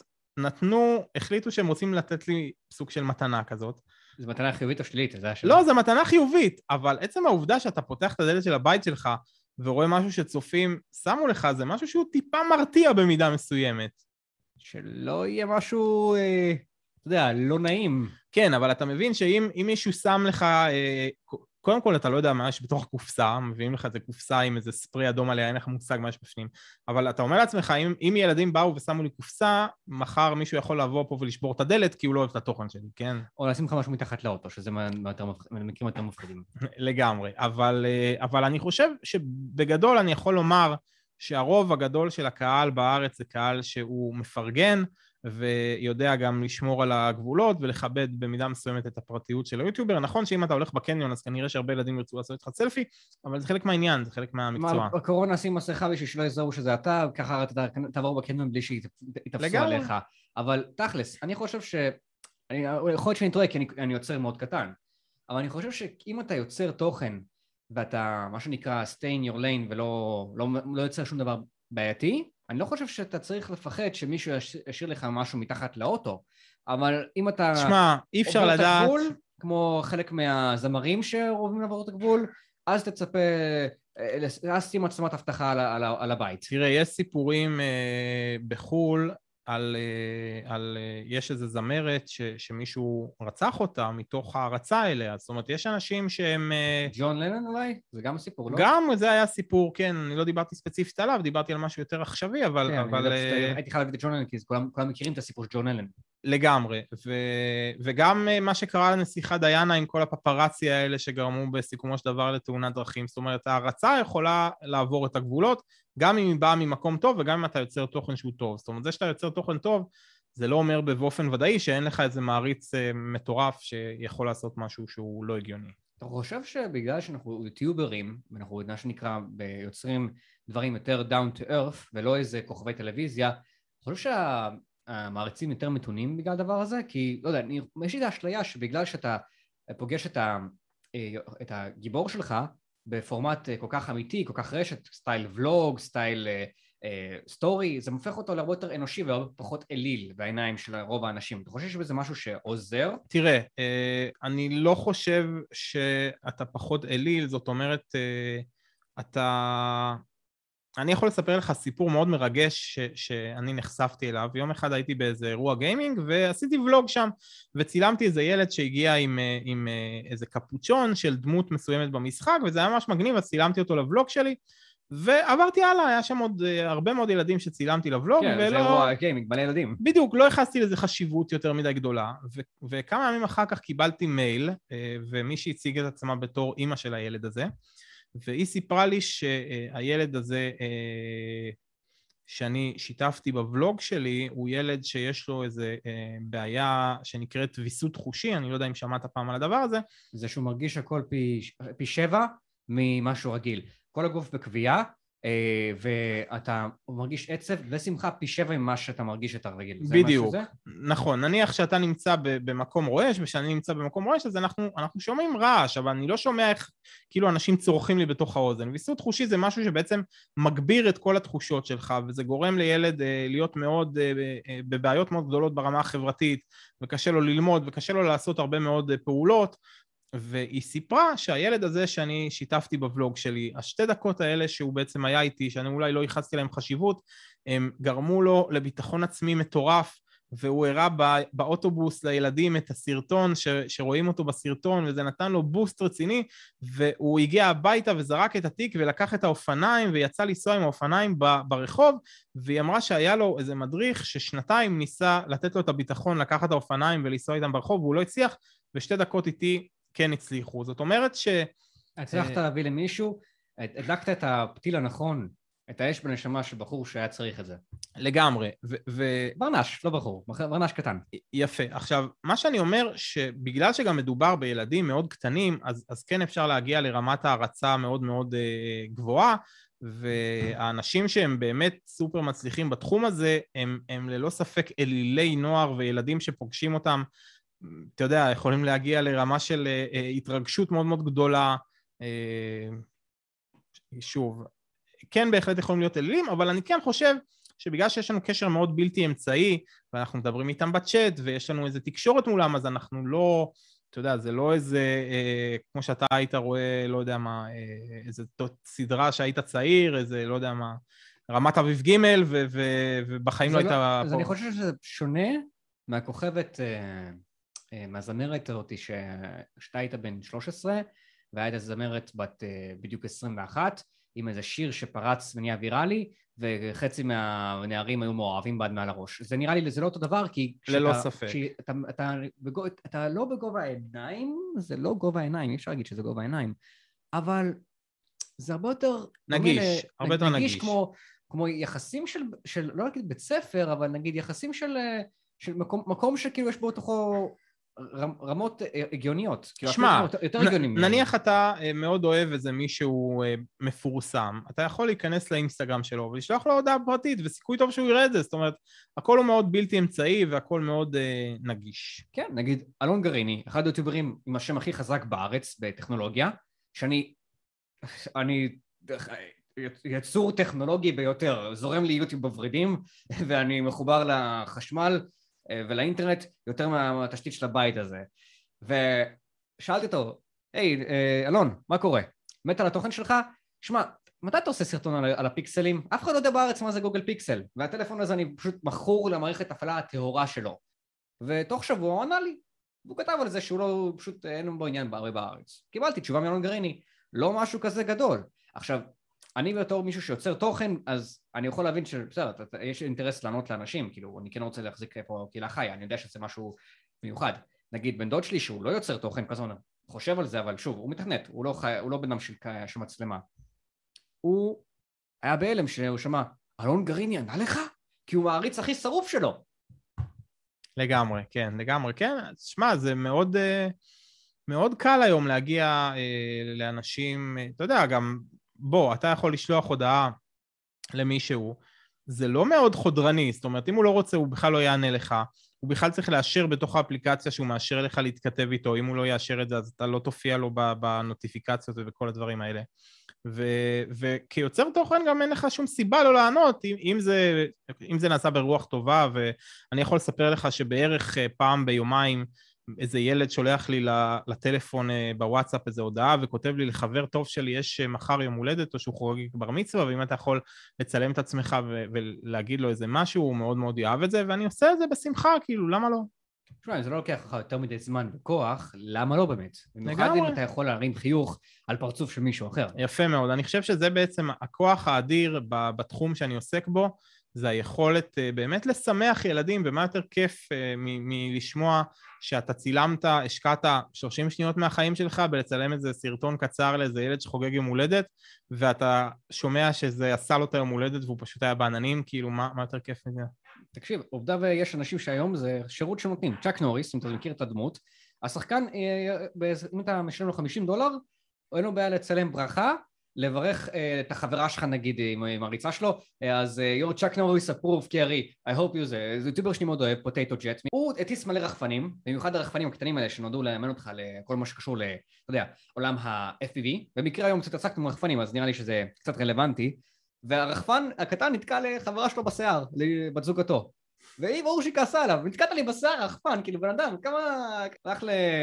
החליטו שהם רוצים לתת לי סוג של מתנה כזאת. זו מתנה חיובית או שלילית? לא, זו מתנה חיובית, אבל עצם העובדה שאתה פותח את הדלת של הבית שלך ורואה משהו שצופים שמו לך, זה משהו שהוא טיפה מרתיע במידה מסוימת. שלא יהיה משהו, אתה יודע, לא נעים. כן, אבל אתה מבין שאם מישהו שם לך, קודם כל אתה לא יודע מה יש בתוך הקופסה, מביאים לך איזה קופסה עם איזה ספרי אדום עליה, אין לך מושג מה יש בפנים, אבל אתה אומר לעצמך, אם ילדים באו ושמו לי קופסה, מחר מישהו יכול לבוא פה ולשבור את הדלת, כי הוא לא אוהב את התוכן שלי, כן? או לשים לך משהו מתחת לאוטו, שזה מקרים יותר מפחידים. לגמרי, אבל אני חושב שבגדול אני יכול לומר שהרוב הגדול של הקהל בארץ זה קהל שהוא מפרגן, ויודע גם לשמור על הגבולות ולכבד במידה מסוימת את הפרטיות של היוטיובר. נכון שאם אתה הולך בקניון, אז כנראה שהרבה ילדים ירצו לעשות איתך סלפי, אבל זה חלק מהעניין, זה חלק מהמקצוע. בקורונה שים מסכה בשביל שלא יזהו שזה אתה, ככה אתה תעבור בקניון בלי שיתפסו עליך. אבל תכלס, אני חושב יכול להיות שאני טועה, כי אני יוצר מאוד קטן, אבל אני חושב שאם אתה יוצר תוכן, ואתה, מה שנקרא, stay in your lane, ולא יוצר שום דבר בעייתי, אני לא חושב שאתה צריך לפחד שמישהו ישאיר לך משהו מתחת לאוטו, אבל אם אתה... תשמע, אי אפשר לדעת... עובר את הגבול, כמו חלק מהזמרים שאוהבים לעבור את הגבול, אז תצפה, אז שים עצמת הבטחה על הבית. תראה, יש סיפורים בחול, יש איזו זמרת שמישהו רצח אותה מתוך הערצה אליה, זאת אומרת, יש אנשים שהם... ג'ון לנון אולי? זה גם סיפור, לא? גם זה היה סיפור, כן, אני לא דיברתי ספציפית עליו, דיברתי על משהו יותר עכשווי, אבל... הייתי חייב להביא את ג'ון לנון, כי כולם מכירים את הסיפור של ג'ון לנון. לגמרי, וגם מה שקרה לנסיכה דיאנה עם כל הפפרצי האלה שגרמו בסיכומו של דבר לתאונת דרכים, זאת אומרת, ההרצה יכולה לעבור את הגבולות, גם אם היא באה ממקום טוב וגם אם אתה יוצר תוכן שהוא טוב. זאת אומרת, זה שאתה יוצר תוכן טוב, זה לא אומר באופן ודאי שאין לך איזה מעריץ מטורף שיכול לעשות משהו שהוא לא הגיוני. אתה חושב שבגלל שאנחנו יוטיוברים, ואנחנו מה שנקרא יוצרים דברים יותר down to earth ולא איזה כוכבי טלוויזיה, אתה חושב שהמעריצים יותר מתונים בגלל הדבר הזה? כי, לא יודע, יש לי את האשליה שבגלל שאתה פוגש את הגיבור שלך בפורמט כל כך אמיתי, כל כך רשת, סטייל ולוג, סטייל סטורי, זה מופך אותו להרבה יותר אנושי והרבה פחות אליל בעיניים של רוב האנשים. אתה חושב שבזה משהו שעוזר? תראה, אני לא חושב שאתה פחות אליל, זאת אומרת, אני יכול לספר לך סיפור מאוד מרגש שאני נחשפתי אליו. יום אחד הייתי באיזה אירוע גיימינג ועשיתי ולוג שם, וצילמתי איזה ילד שהגיע עם איזה קפוצ'ון של דמות מסוימת במשחק, וזה היה ממש מגניב, אז צילמתי אותו לוולוג שלי, ועברתי הלאה, היה שם עוד הרבה מאוד ילדים שצילמתי לוולוג, כן, זה אירוע גיימינג, מלא ילדים. בדיוק, לא הכנסתי לזה חשיבות יותר מדי גדולה, וכמה ימים אחר כך קיבלתי מייל, ומי שהציג את עצמה בתור אמא של הילד הזה, והיא סיפרה לי שהילד הזה שאני שיתפתי בוולוג שלי, הוא ילד שיש לו איזה בעיה שנקראת ויסות חושי, אני לא יודע אם שמעת פעם על הדבר הזה. זה שהוא מרגיש הכל פי 7 ממשהו רגיל. כל הגוף בקביעה, ואתה מרגיש עצב ושמחה פי 7 ממה שאתה מרגיש את הרגיל. בדיוק, נכון. נניח שאתה נמצא במקום רועש, ושאני נמצא במקום רועש, אז אנחנו שומעים רעש, אבל אני לא שומע איך כאילו אנשים צורכים לי בתוך האוזן. ויסות חושי זה משהו שבעצם מגביר את כל התחושות שלך, וזה גורם לילד להיות מאוד, בבעיות מאוד גדולות ברמה החברתית, וקשה לו ללמוד, וקשה לו לעשות הרבה מאוד פעולות, והיא סיפרה שהילד הזה שאני שיתפתי בוולוג שלי, השתי דקות האלה שהוא בעצם היה איתי, שאני אולי לא ייחסתי להם חשיבות, הם גרמו לו לביטחון עצמי מטורף, והוא הראה באוטובוס לילדים את הסרטון שרואים אותו בסרטון, וזה נתן לו בוסט רציני, והוא הגיע הביתה וזרק את התיק ולקח את האופניים, ויצא לנסוע עם האופניים ברחוב, והיא אמרה שהיה לו איזה מדריך ששנתיים ניסה לתת לו את הביטחון, לקחת את האופניים ולנסוע איתם ברחוב, והוא לא הצליח, ושתי דקות איתי כן הצליחו. זאת אומרת הצלחת להביא למישהו, הדלקת את הפתיל הנכון, את האש בנשמה של בחור שהיה צריך את זה. לגמרי. ברנש, לא בחור, ברנש קטן. יפה. עכשיו, מה שאני אומר, שבגלל שגם מדובר בילדים מאוד קטנים, אז כן אפשר להגיע לרמת הערצה מאוד מאוד גבוהה, והאנשים שהם באמת סופר מצליחים בתחום הזה, הם ללא ספק אלילי נוער וילדים שפוגשים אותם, אתה יודע, יכולים להגיע לרמה של התרגשות מאוד מאוד גדולה, שוב, כן בהחלט יכולים להיות אלילים, אבל אני כן חושב שבגלל שיש לנו קשר מאוד בלתי אמצעי, ואנחנו מדברים איתם בצ'אט, ויש לנו איזו תקשורת מולם, אז אנחנו לא, אתה יודע, זה לא איזה, כמו שאתה היית רואה, לא יודע מה, איזו סדרה שהיית צעיר, איזה, לא יודע מה, רמת אביב ג' ובחיים לא היית... אז אני חושב שזה שונה מהכוכבת, מהזמרת אותי, שאתה היית בן 13, והיית זמרת בת בדיוק 21, עם איזה שיר שפרץ ונהיה ויראלי, וחצי מהנערים היו מעורבים בעד מעל הראש. זה נראה לי, זה לא אותו דבר, כי... ללא ספק. אתה לא בגובה העיניים, זה לא גובה העיניים, אי אפשר להגיד שזה גובה העיניים, אבל זה הרבה יותר... נגיש, הרבה יותר נגיש. נגיש כמו יחסים של, לא להגיד בית ספר, אבל נגיד יחסים של מקום שכאילו יש בו תוכו... רמות הגיוניות. שמע, נניח אתה מאוד אוהב איזה מישהו מפורסם, אתה יכול להיכנס לאינסטגרם שלו ולשלוח לו הודעה פרטית, וסיכוי טוב שהוא יראה את זה, זאת אומרת, הכל הוא מאוד בלתי אמצעי והכל מאוד נגיש. כן, נגיד, אלון גריני, אחד היוטיוברים עם השם הכי חזק בארץ בטכנולוגיה, שאני יצור טכנולוגי ביותר, זורם לי יוטיוב בוורידים, ואני מחובר לחשמל, ולאינטרנט יותר מהתשתית של הבית הזה. ושאלתי אותו, היי, אלון, מה קורה? מת על התוכן שלך? שמע, מתי אתה עושה סרטון על הפיקסלים? אף אחד לא יודע בארץ מה זה גוגל פיקסל, והטלפון הזה אני פשוט מכור למערכת הפעלה הטהורה שלו. ותוך שבוע הוא ענה לי, והוא כתב על זה שהוא לא, פשוט אין לו בעניין בארץ. קיבלתי תשובה מאלון גריני, לא משהו כזה גדול. עכשיו, אני בתור מישהו שיוצר תוכן, אז אני יכול להבין שבסדר, יש אינטרס לענות לאנשים, כאילו, אני כן רוצה להחזיק פה קהילה חיה, אני יודע שזה משהו מיוחד. נגיד, בן דוד שלי שהוא לא יוצר תוכן, כזה חושב על זה, אבל שוב, הוא מתכנת, הוא לא בן אדם של מצלמה. הוא היה בהלם שהוא שמע, אלון גריני ענה לך? כי הוא מעריץ הכי שרוף שלו. לגמרי, כן, לגמרי, כן. שמע, זה מאוד, מאוד קל היום להגיע לאנשים, אתה יודע, גם... בוא, אתה יכול לשלוח הודעה למישהו, זה לא מאוד חודרני, זאת אומרת, אם הוא לא רוצה, הוא בכלל לא יענה לך, הוא בכלל צריך לאשר בתוך האפליקציה שהוא מאשר לך להתכתב איתו, אם הוא לא יאשר את זה, אז אתה לא תופיע לו בנוטיפיקציות ובכל הדברים האלה. וכיוצר תוכן גם אין לך שום סיבה לא לענות, אם זה נעשה ברוח טובה, ואני יכול לספר לך שבערך פעם ביומיים, איזה ילד שולח לי לטלפון בוואטסאפ איזו הודעה וכותב לי לחבר טוב שלי יש מחר יום הולדת או שהוא חוגג בר מצווה, ואם אתה יכול לצלם את עצמך ולהגיד לו איזה משהו, הוא מאוד מאוד יאהב את זה, ואני עושה את זה בשמחה, כאילו, למה לא? תשמע, זה לא לוקח לך יותר מדי זמן וכוח, למה לא באמת? במיוחד אם אתה יכול להרים חיוך על פרצוף של מישהו אחר. יפה מאוד, אני חושב שזה בעצם הכוח האדיר בתחום שאני עוסק בו, זה היכולת באמת לשמח ילדים, ומה יותר כיף מלשמוע שאתה צילמת, השקעת 30 שניות מהחיים שלך, בלצלם איזה סרטון קצר לאיזה ילד שחוגג יום הולדת, ואתה שומע שזה עשה לו את היום הולדת, והוא פשוט היה בעננים, כאילו מה יותר כיף מזה? תקשיב, עובדה ויש אנשים שהיום זה שירות שנותנים. צ'אק נוריס, אם אתה מכיר את הדמות, השחקן, אם אתה משלם לו $50, אין לו בעיה לצלם ברכה, לברך את החברה שלך נגיד עם הריצה שלו, אז your Chuck Norris approved, קרי, I hope you זה יוטיובר שאני מאוד אוהב, פוטטו ג'ט, הוא הטיס מלא רחפנים, במיוחד הרחפנים הקטנים האלה שנועדו לאמן אותך לכל מה שקשור אתה יודע, עולם ה-FPV, במקרה היום קצת עסקנו עם רחפנים, אז נראה לי שזה קצת רלוונטי, והרחפן הקטן נתקע לחברה שלו בשיער, לבת זוגתו, והיא ברור שהיא כעסה עליו, נתקעת לי בשיער הרחפן, כאילו בן אדם, כמה הלך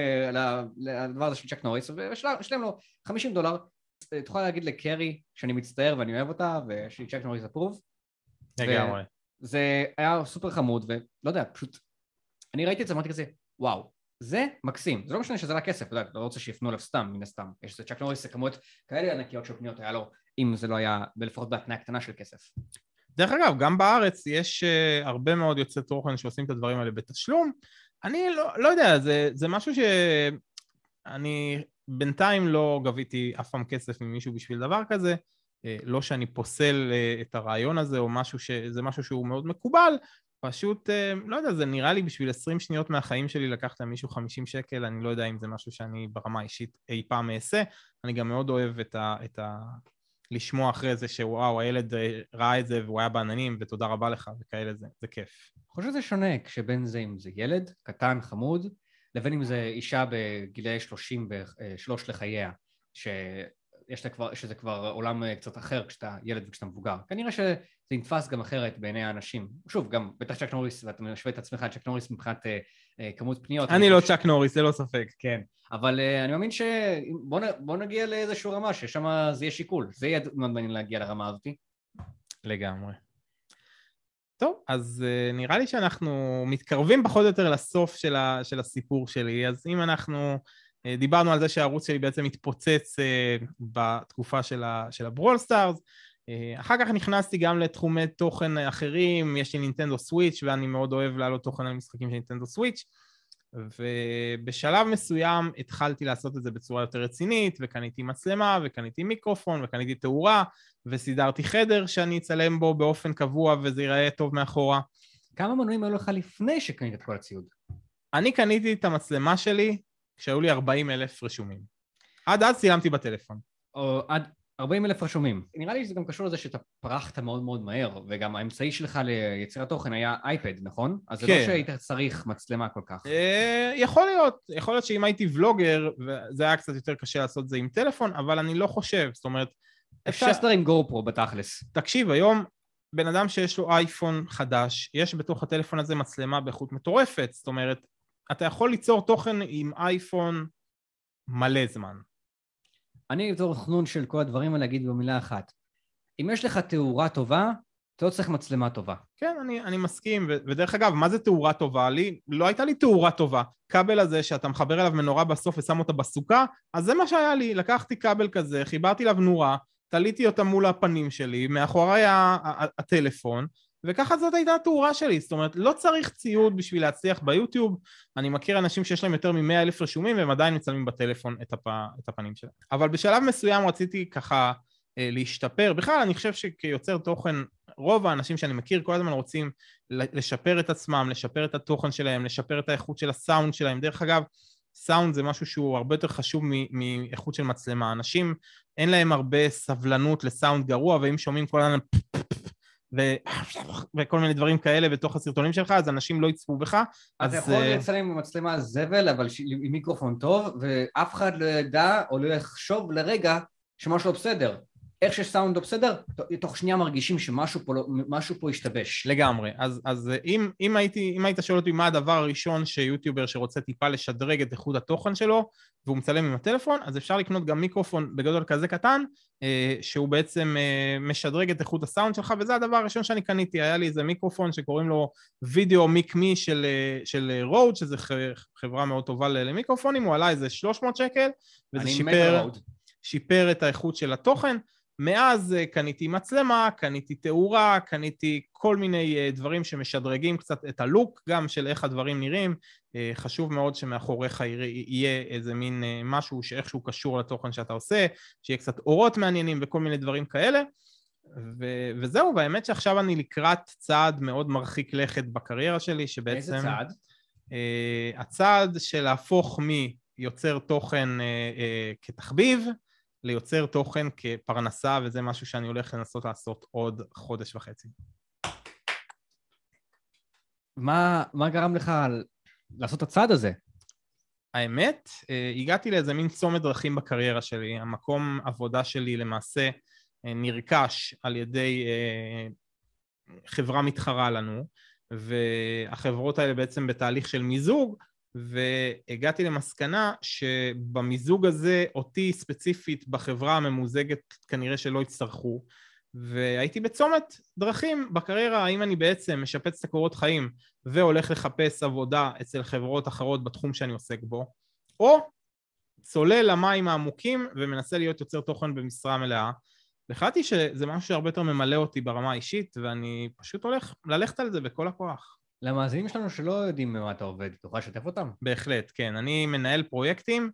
לדבר הזה של צ'אק נוריס, ושלם לו $50, תוכל להגיד לקרי שאני מצטער ואני אוהב אותה ושהיא צ'אק נוריס אפרוב. לגמרי. זה היה סופר חמוד ולא יודע, פשוט אני ראיתי את זה, אמרתי כזה, וואו, זה מקסים. זה לא משנה שזה לא כסף, אתה לא רוצה שיפנו עליו סתם, מן הסתם. יש צ'אק נוריס, זה כמות כאלה ענקיות של פניות היה לו, אם זה לא היה לפחות בהתנאה קטנה של כסף. דרך אגב, גם בארץ יש הרבה מאוד יוצאי תוכן שעושים את הדברים האלה בתשלום. אני לא יודע, זה משהו שאני בינתיים לא גביתי אף פעם כסף ממישהו בשביל דבר כזה, לא שאני פוסל את הרעיון הזה או משהו שזה משהו שהוא מאוד מקובל, פשוט, לא יודע, זה נראה לי בשביל 20 שניות מהחיים שלי לקחת למישהו 50 שקל, אני לא יודע אם זה משהו שאני ברמה אישית אי פעם אעשה, אני גם מאוד אוהב לשמוע אחרי זה שוואו, הילד ראה את זה והוא היה בעננים ותודה רבה לך וכאלה, זה כיף. אני חושב שזה שונה כשבין זה אם זה ילד קטן, חמוד, לבין אם זה אישה בגילי 33 לחייה, שזה כבר עולם קצת אחר כשאתה ילד וכשאתה מבוגר. כנראה שזה נתפס גם אחרת בעיני האנשים. שוב, גם בטח צ'ק נוריס, ואתה משווה את עצמך צ'ק נוריס מבחינת כמות פניות. אני לא צ'ק נוריס, זה לא ספק. כן, אבל אני מאמין בוא נגיע לאיזשהו רמה, ששם זה יהיה שיקול. זה יהיה מאוד מעניין להגיע לרמה הזאת. לגמרי. טוב, אז נראה לי שאנחנו מתקרבים פחות או יותר לסוף של הסיפור שלי, אז אם אנחנו דיברנו על זה שהערוץ שלי בעצם התפוצץ בתקופה של הברול סטארס, אחר כך נכנסתי גם לתחומי תוכן אחרים, יש לי נינטנדו סוויץ' ואני מאוד אוהב לעלות תוכן על משחקים של נינטנדו סוויץ', ובשלב מסוים התחלתי לעשות את זה בצורה יותר רצינית, וקניתי מצלמה, וקניתי מיקרופון, וקניתי תאורה, וסידרתי חדר שאני אצלם בו באופן קבוע, וזה ייראה טוב מאחורה. כמה מנויים היו לך לפני שקנית את כל הציוד? אני קניתי את המצלמה שלי כשהיו לי 40,000 רשומים. עד אז צילמתי בטלפון. עד 40,000 רשומים. נראה לי שזה גם קשור לזה שאתה פרחת מאוד מאוד מהר, וגם האמצעי שלך ליצירת תוכן היה אייפד, נכון? אז זה לא שהיית צריך מצלמה כל כך. יכול להיות שאם הייתי ולוגר, וזה היה קצת יותר קשה לעשות זה עם טלפון, אבל אני לא חושב, זאת אומרת... אפשר לסדר עם גופרו בתכלס. תקשיב, היום בן אדם שיש לו אייפון חדש, יש בתוך הטלפון הזה מצלמה באיכות מטורפת, זאת אומרת, אתה יכול ליצור תוכן עם אייפון מלא זמן. אני בתור חנון של כל הדברים האלה להגיד במילה אחת. אם יש לך תאורה טובה, אתה לא צריך מצלמה טובה. כן, אני מסכים, ודרך אגב, מה זה תאורה טובה? לא הייתה לי תאורה טובה. כבל הזה שאתה מחבר אליו מנורה בסוף ושם אותה בסוכה, אז זה מה שהיה לי. לקחתי כבל כזה, חיברתי אליו נורה, תליתי אותה מול הפנים שלי, מאחורי הטלפון, וככה זאת הייתה התאורה שלי. זאת אומרת, לא צריך ציוד בשביל להצליח ביוטיוב. אני מכיר אנשים שיש להם יותר מ100,000 רשומים, והם עדיין מצלמים בטלפון את הפנים שלהם. אבל בשלב מסוים רציתי ככה להשתפר. בכלל, אני חושב שכיוצר תוכן, רוב האנשים שאני מכיר כל הזמן רוצים לשפר את עצמם, לשפר את התוכן שלהם, לשפר את האיכות של הסאונד שלהם. דרך אגב, סאונד זה משהו שהוא הרבה יותר חשוב מאיכות של מצלמה. אנשים אין להם הרבה סבלנות לסאונד גרוע, ואם שומעים כל הזמן וכל מיני דברים כאלה בתוך הסרטונים שלך, אז אנשים לא יצפו בך. אתה יכול לצלם עם מצלמה זבל, אבל עם מיקרופון טוב, ואף אחד לא ידע או לא יחשוב לרגע שמשהו לא בסדר. איך שסאונד לא בסדר, תוך שנייה מרגישים שמשהו פה השתבש. לגמרי. אז אם היית שואל אותי מה הדבר הראשון שיוטיובר שרוצה טיפה לשדרג את איכות התוכן שלו, והוא מצלם עם הטלפון, אז אפשר לקנות גם מיקרופון בגודל כזה קטן, שהוא בעצם משדרג את איכות הסאונד שלך, וזה הדבר הראשון שאני קניתי. היה לי איזה מיקרופון שקוראים לו וידאו מיק מי של רוד, שזה חברה מאוד טובה למיקרופונים, הוא עלה איזה 300 שקל, וזה שיפר את האיכות של התוכן. מאז קניתי מצלמה, קניתי תאורה, קניתי כל מיני דברים שמשדרגים קצת את הלוק, גם של איך הדברים נראים. חשוב מאוד שמאחוריך יהיה איזה מין משהו שאיכשהו קשור לתוכן שאתה עושה, שיהיה קצת אורות מעניינים וכל מיני דברים כאלה. וזהו, והאמת שעכשיו אני לקראת צעד מאוד מרחיק לכת בקריירה שלי, שבעצם... איזה צעד? הצעד של להפוך מיוצר תוכן כתחביב, ליוצר תוכן כפרנסה, וזה משהו שאני הולך לנסות לעשות עוד חודש וחצי. מה גרם לך לעשות את הצעד הזה? האמת, הגעתי לאיזה מין צומת דרכים בקריירה שלי. המקום עבודה שלי למעשה נרכש על ידי חברה מתחרה לנו, והחברות האלה בעצם בתהליך של מיזוג, והגעתי למסקנה שבמיזוג הזה אותי ספציפית בחברה הממוזגת כנראה שלא יצטרכו, והייתי בצומת דרכים בקריירה, האם אני בעצם משפץ את הקורות חיים והולך לחפש עבודה אצל חברות אחרות בתחום שאני עוסק בו, או צולל למים העמוקים ומנסה להיות יוצר תוכן במשרה מלאה. החלטתי שזה משהו שהרבה יותר ממלא אותי ברמה האישית, ואני פשוט הולך ללכת על זה בכל הכוח. למאזינים שלנו שלא יודעים מה אתה עובד, תוכל לשתף אותם? בהחלט, כן. אני מנהל פרויקטים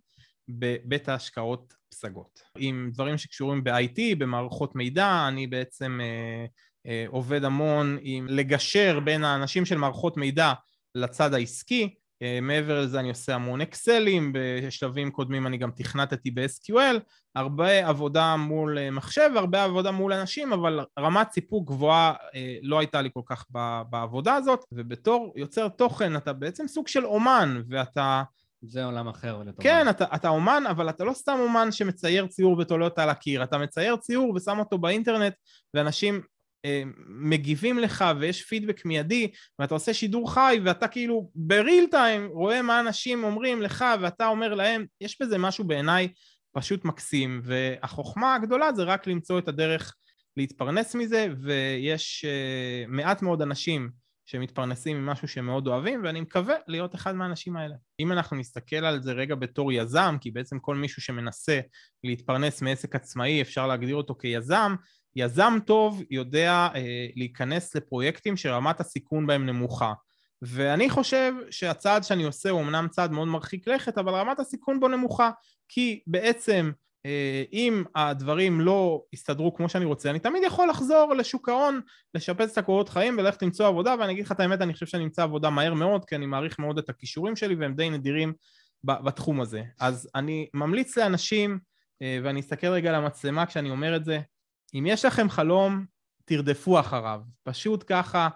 בבית ההשקעות פסגות. עם דברים שקשורים ב-IT, במערכות מידע, אני בעצם עובד המון עם לגשר בין האנשים של מערכות מידע לצד העסקי, מעבר לזה אני עושה המון אקסלים, בשלבים קודמים אני גם תכנתתי ב-SQL, הרבה עבודה מול מחשב, הרבה עבודה מול אנשים, אבל רמת סיפוק גבוהה לא הייתה לי כל כך בעבודה הזאת, ובתור יוצר תוכן אתה בעצם סוג של אומן, ואתה... זה עולם אחר. כן, אתה אומן, אבל אתה לא סתם אומן שמצייר ציור ותולה אותה על הקיר, אתה מצייר ציור ושם אותו באינטרנט, ואנשים מגיבים לך ויש פידבק מיידי, ואתה עושה שידור חי ואתה כאילו בריל טיים רואה מה אנשים אומרים לך ואתה אומר להם, יש בזה משהו בעיניי פשוט מקסים, והחוכמה הגדולה זה רק למצוא את הדרך להתפרנס מזה, ויש מעט מאוד אנשים שמתפרנסים ממשהו שמאוד אוהבים, ואני מקווה להיות אחד מהאנשים האלה. אם אנחנו נסתכל על זה רגע בתור יזם, כי בעצם כל מישהו שמנסה להתפרנס מעסק עצמאי אפשר להגדיר אותו כיזם, יזם טוב יודע להיכנס לפרויקטים שרמת הסיכון בהם נמוכה, ואני חושב שהצעד שאני עושה הוא אמנם צעד מאוד מרחיק לכת, אבל רמת הסיכון בו נמוכה, כי בעצם אם הדברים לא יסתדרו כמו שאני רוצה, אני תמיד יכול לחזור לשוק ההון, לשפץ את הקורות חיים וללכת למצוא עבודה, ואני אגיד לך את האמת, אני חושב שאני אמצא עבודה מהר מאוד, כי אני מעריך מאוד את הכישורים שלי והם די נדירים בתחום הזה. אז אני ממליץ לאנשים, ואני אסתכל רגע על המצלמה כשאני אומר את זה, אם יש לכם חלום, תרדפו אחריו. פשוט ככה,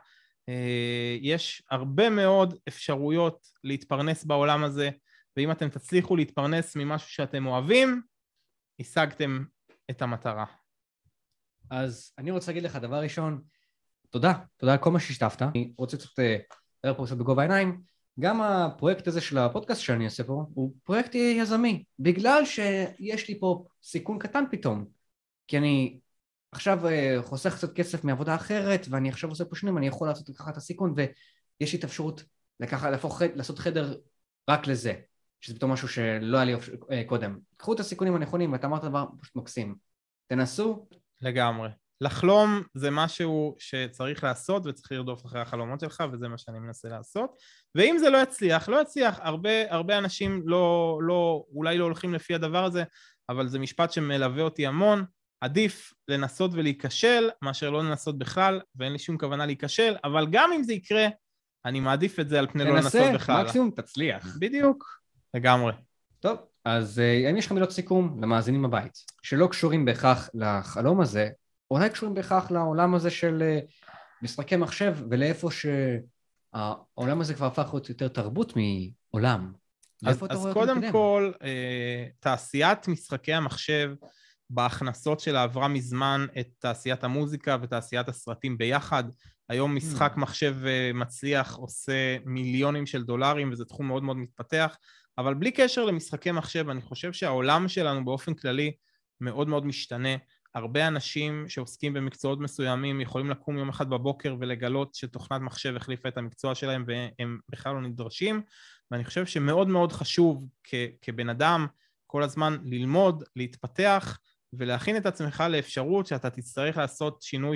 יש הרבה מאוד אפשרויות להתפרנס בעולם הזה, ואם אתם תצליחו להתפרנס ממשהו שאתם אוהבים, השגתם את המטרה. אז אני רוצה להגיד לך דבר ראשון, תודה על כל מה שהשתפת. אני רוצה קצת לדבר פה קצת בגובה העיניים. גם הפרויקט הזה של הפודקאסט שאני עושה פה, הוא פרויקט יזמי, בגלל שיש לי פה סיכון קטן פתאום, כי אני עכשיו חוסך קצת כסף מעבודה אחרת, ואני עכשיו עושה פה שנים, אני יכול לקחת את הסיכון, ויש לי את האפשרות לעשות חדר רק לזה, שזה פתאום משהו שלא היה לי קודם. קחו את הסיכונים הנכונים, ואתה אמרת דבר פשוט מקסים. תנסו. לגמרי. לחלום זה משהו שצריך לעשות, וצריך לרדוף אחרי החלומות שלך, וזה מה שאני מנסה לעשות. ואם זה לא יצליח, הרבה אנשים אולי לא הולכים לפי הדבר הזה, אבל זה משפט שמלווה אותי המון. עדיף לנסות ולהיכשל, מאשר לא לנסות בכלל, ואין לי שום כוונה להיכשל, אבל גם אם זה יקרה, אני מעדיף את זה על פני לא לנסות בכלל. תנסה, מקסימום תצליח. בדיוק, לגמרי. טוב, אז אם יש לך מילות סיכום למאזינים בבית, שלא קשורים בהכרח לחלום הזה, אולי קשורים בהכרח לעולם הזה של משחקי מחשב, ולאיפה שהעולם הזה כבר הפך להיות יותר תרבות מעולם. אז קודם כל, תעשיית משחקי המחשב, בהכנסות שלה עברה מזמן את תעשיית המוזיקה ותעשיית הסרטים ביחד. היום משחק מחשב מצליח עושה מיליונים של דולרים, וזה תחום מאוד מאוד מתפתח, אבל בלי קשר למשחקי מחשב, אני חושב שהעולם שלנו באופן כללי מאוד מאוד משתנה. הרבה אנשים שעוסקים במקצועות מסוימים יכולים לקום יום אחד בבוקר ולגלות שתוכנת מחשב החליפה את המקצוע שלהם והם בכלל לא נדרשים, ואני חושב שמאוד מאוד חשוב כבן אדם כל הזמן ללמוד, להתפתח ולהכין את עצמך לאפשרות שאתה תצטרך לעשות שינוי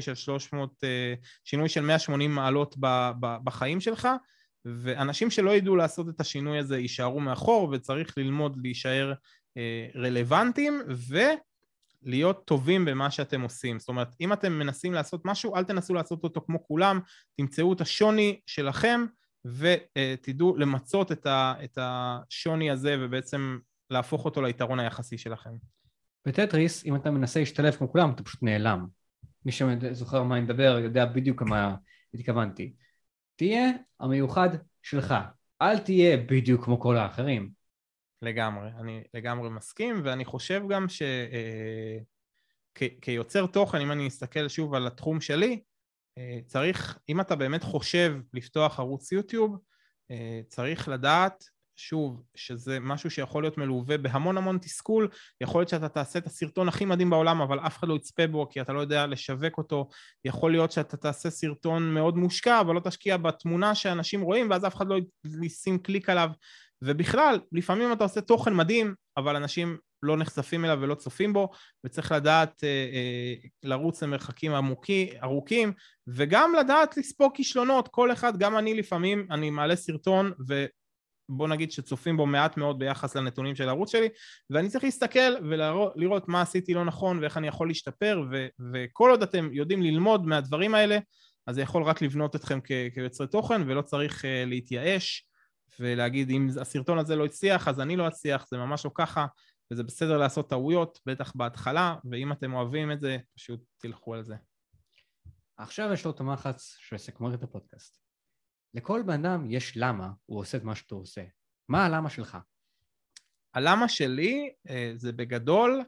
של 180 מעלות בחיים שלך, ואנשים שלא ידעו לעשות את השינוי הזה יישארו מאחור, וצריך ללמוד להישאר רלוונטיים ולהיות טובים במה שאתם עושים. זאת אומרת, אם אתם מנסים לעשות משהו, אל תנסו לעשות אותו כמו כולם, תמצאו את השוני שלכם ותדעו למצות את השוני הזה ובעצם להפוך אותו ליתרון היחסי שלכם. בטטריס, אם אתה מנסה להשתלב כמו כולם, אתה פשוט נעלם. מי שזוכר מה אני מדבר יודע בדיוק מה התכוונתי. תהיה המיוחד שלך, אל תהיה בדיוק כמו כל האחרים. לגמרי, אני לגמרי מסכים, ואני חושב גם שכיוצר תוכן, אם אני אסתכל שוב על התחום שלי, צריך, אם אתה באמת חושב לפתוח ערוץ יוטיוב, צריך לדעת שוב, שזה משהו שיכול להיות מלווה בהמון המון תסכול, יכול להיות שאתה תעשה את הסרטון הכי מדהים בעולם, אבל אף אחד לא יצפה בו, כי אתה לא יודע לשווק אותו, יכול להיות שאתה תעשה סרטון מאוד מושקע, אבל לא תשקיע בתמונה שאנשים רואים, ואז אף אחד לא ישים קליק עליו, ובכלל, לפעמים אתה עושה תוכן מדהים, אבל אנשים לא נחשפים אליו ולא צופים בו, וצריך לדעת לרוץ למרחקים ארוכים, וגם לדעת לספוג כישלונות, כל אחד, גם אני לפעמים, אני מעלה סרטון בוא נגיד שצופים בו מעט מאוד ביחס לנתונים של הערוץ שלי, ואני צריך להסתכל ולראות מה עשיתי לא נכון ואיך אני יכול להשתפר, וכל עוד אתם יודעים ללמוד מהדברים האלה, אז זה יכול רק לבנות אתכם כיוצרי תוכן, ולא צריך להתייאש ולהגיד אם הסרטון הזה לא הצליח, אז אני לא אצליח, זה ממש לא ככה, וזה בסדר לעשות טעויות, בטח בהתחלה, ואם אתם אוהבים את זה, פשוט תלכו על זה. עכשיו יש לו את המחץ שיסכמו את הפודקאסט. לכל בן אדם יש למה הוא עושה את מה שאתה עושה. מה הלמה שלך? הלמה שלי זה בגדול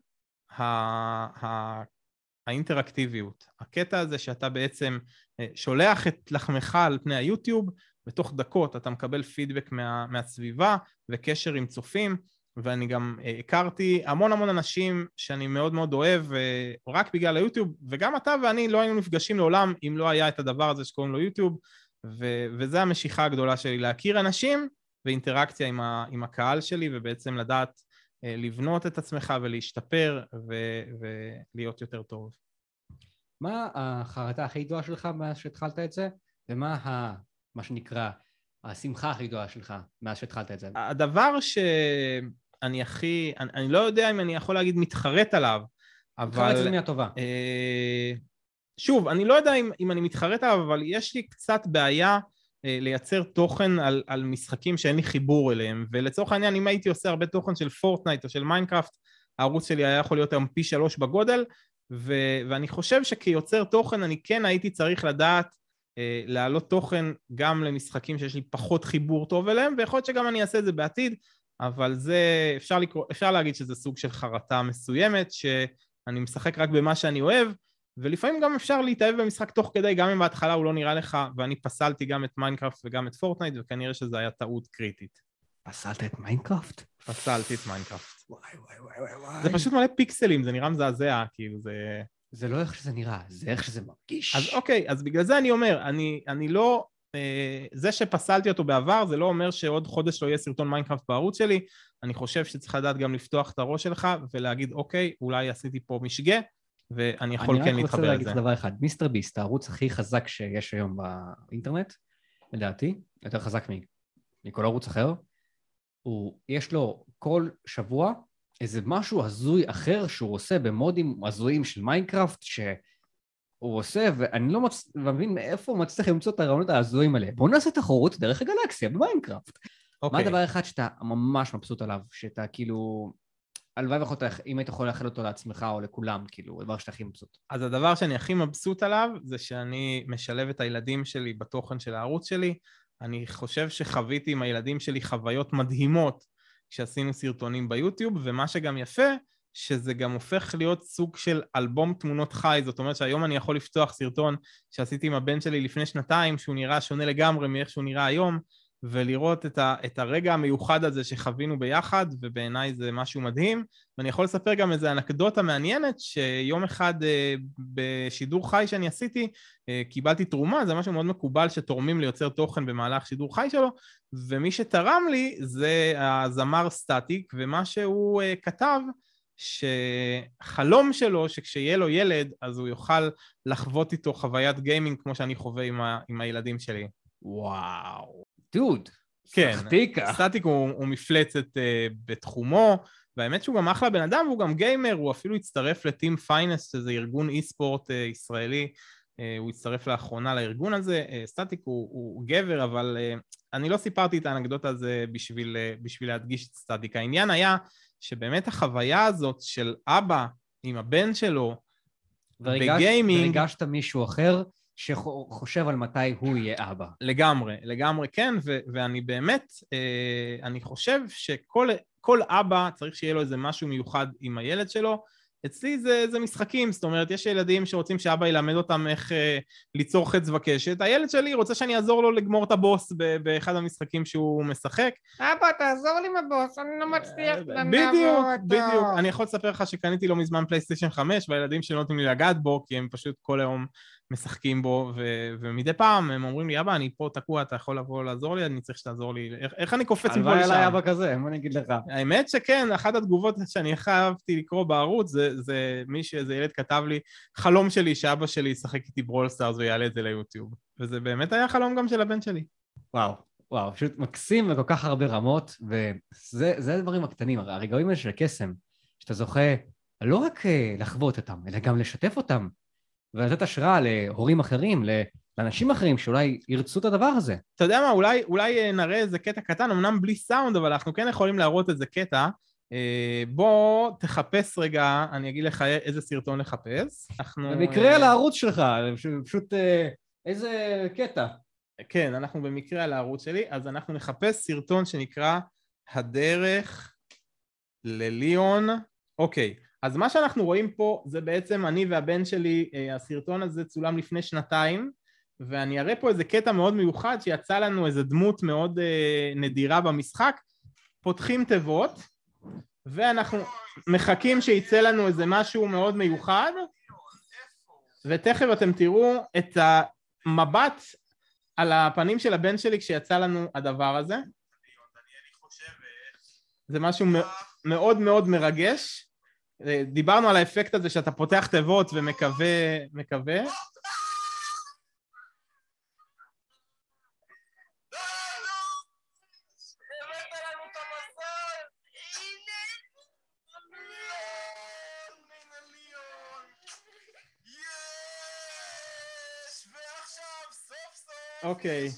האינטראקטיביות. הקטע הזה שאתה בעצם שולח את לחמך על פני היוטיוב, בתוך דקות אתה מקבל פידבק מהסביבה וקשר עם צופים, ואני גם הכרתי המון אנשים שאני מאוד מאוד אוהב, רק בגלל היוטיוב, וגם אתה ואני לא היינו נפגשים לעולם אם לא היה את הדבר הזה שקוראים לו יוטיוב, וזה המשיכה הגדולה שלי, להכיר אנשים ואינטראקציה עם הקהל שלי, ובעצם לדעת לבנות את עצמך ולהשתפר ולהיות יותר טוב. מה החרטה הכי גדולה שלך מאז שהתחלת את זה, ומה מה שנקרא השמחה הכי גדולה שלך מאז שהתחלת את זה? הדבר שאני אני לא יודע אם אני יכול להגיד מתחרט עליו, אבל... מתחרט זה מילה טובה. שוב, אני לא יודע אם אני מתחרט עליו, אבל יש לי קצת בעיה לייצר תוכן על משחקים שאין לי חיבור אליהם, ולצורך העניין, אם הייתי עושה הרבה תוכן של פורטנייט או של מיינקראפט, הערוץ שלי היה יכול להיות היום פי 3 בגודל, ואני חושב שכיוצר תוכן אני כן הייתי צריך לדעת להעלות תוכן גם למשחקים שיש לי פחות חיבור טוב אליהם, ויכול להיות שגם אני אעשה את זה בעתיד, אבל זה, אפשר להגיד שזה סוג של חרטה מסוימת, שאני משחק רק במה שאני אוהב, ולפעמים גם אפשר להתאהב במשחק תוך כדי, גם אם בהתחלה הוא לא נראה לך, ואני פסלתי גם את מיינקראפט וגם את פורטנייט, וכנראה שזה היה טעות קריטית. פסלת את מיינקראפט? פסלתי את מיינקראפט. וואי. זה פשוט מלא פיקסלים, זה נראה מזעזע, כאילו זה... זה לא איך שזה נראה, זה איך שזה מרגיש. אז אוקיי, אז בגלל זה אני אומר, אני לא... זה שפסלתי אותו בעבר, זה לא אומר שעוד חודש לא יהיה סרטון מיינקראפט בערוץ שלי, אני חושב שצריך לדעת גם לפתוח את הראש שלך, ולהגיד, אוקיי, אולי עשיתי פה משגה, ואני יכול כן להתחבר לזה. אני רק רוצה להגיד דבר אחד, מיסטר ביסט, הערוץ הכי חזק שיש היום באינטרנט, לדעתי, יותר חזק מכל ערוץ אחר, יש לו כל שבוע איזה משהו הזוי אחר שהוא עושה במודים הזויים של מיינקראפט, שהוא עושה, ואני לא מבין מאיפה הוא מצליח למצוא את הרעיונות ההזויים האלה. בואו נעשה תחרות דרך הגלקסיה במיינקראפט. מה הדבר אחד שאתה ממש מבסוט עליו, שאתה כאילו... הלוואי אם היית יכול לאחל אותו לעצמך או לכולם, כאילו, הדבר שאתה הכי מבסוט. אז הדבר שאני הכי מבסוט עליו, זה שאני משלב את הילדים שלי בתוכן של הערוץ שלי. אני חושב שחוויתי עם הילדים שלי חוויות מדהימות כשעשינו סרטונים ביוטיוב, ומה שגם יפה, שזה גם הופך להיות סוג של אלבום תמונות חי, זאת אומרת שהיום אני יכול לפתוח סרטון שעשיתי עם הבן שלי לפני 2, שהוא נראה שונה לגמרי מאיך שהוא נראה היום, ולראות את הרגע המיוחד הזה שחווינו ביחד, ובעיניי זה משהו מדהים. ואני יכול לספר גם איזו אנקדוטה מעניינת, שיום אחד בשידור חי שאני עשיתי, קיבלתי תרומה, זה משהו מאוד מקובל שתורמים ליוצר תוכן במהלך שידור חי שלו, ומי שתרם לי זה הזמר סטטיק, ומה שהוא כתב, שחלום שלו שכשיהיה לו ילד, אז הוא יוכל לחוות איתו חוויית גיימינג כמו שאני חווה עם הילדים שלי. וואו. דוד, כן, סטטיק הוא מפלצת בתחומו, והאמת שהוא גם אחלה בן אדם, והוא גם גיימר, הוא אפילו הצטרף לטים פיינס, שזה ארגון אי-ספורט ישראלי, הוא הצטרף לאחרונה לארגון הזה. סטטיק הוא גבר, אבל אני לא סיפרתי את האנקדוטה הזה בשביל להדגיש את סטטיק. העניין היה שבאמת החוויה הזאת של אבא עם הבן שלו בגיימינג... ורגשת מישהו אחר שחושב על מתי הוא יהיה אבא. לגמרי כן, ואני באמת, אני חושב שכל אבא צריך שיהיה לו איזה משהו מיוחד עם הילד שלו. אצלי זה משחקים, זאת אומרת, יש ילדים שרוצים שאבא ילמד אותם איך ליצור חץ וקשת. הילד שלי רוצה שאני אעזור לו לגמור את הבוס באחד המשחקים שהוא משחק. אבא, תעזור לי עם הבוס, אני לא מצליח בדיוק. אני יכול לספר לך שקניתי לו מזמן פלייסטיישן 5, והילדים שלא נותנים לי לגעת בו, כי הם פשוט כל היום משחקים בו, ומדי פעם הם אומרים לי, אבא, אני פה תקוע, אתה יכול לבוא לעזור לי, אני צריך שתעזור לי. איך אני קופץ עם פה לשם? הלוואי עליי אבא כזה, מה אני אגיד לך? האמת שכן, אחת התגובות שאני חייבתי לקרוא בערוץ, זה איזה ילד כתב לי, חלום שלי שאבא שלי ישחק איתי ברול סטארס ויעלה את זה ליוטיוב. וזה באמת היה חלום גם של הבן שלי. וואו. וואו, פשוט מקסים וכל כך הרבה רמות, וזה הדברים הקטנים, הרגעים האלה של הקסם, שאתה זוכה לא רק לחוות אותם, אלא גם לשתף אותם, ולתת השראה להורים אחרים, לאנשים אחרים שאולי ירצו את הדבר הזה. אתה יודע מה, אולי נראה איזה קטע קטן, אמנם בלי סאונד, אבל אנחנו כן יכולים להראות איזה קטע. בוא תחפש רגע, אני אגיד לך איזה סרטון לחפש. במקרה על הערוץ שלך, פשוט איזה קטע. כן, אנחנו במקרה על הערוץ שלי, אז אנחנו נחפש סרטון שנקרא הדרך לליון. אוקיי, אז מה שאנחנו רואים פה זה בעצם אני והבן שלי, הסרטון הזה צולם לפני 2 ואני אראה פה איזה קטע מאוד מיוחד שיצא לנו איזה דמות מאוד נדירה במשחק. פותחים תיבות ואנחנו מחכים שיצא לנו איזה משהו מאוד מיוחד, ותכף אתם תראו את המבט על הפנים של הבן שלי כשיצא לנו הדבר הזה. זה משהו מאוד מאוד מרגש. דיברנו על האפקט הזה שאתה פותח תיבות ומקווה. אוקיי.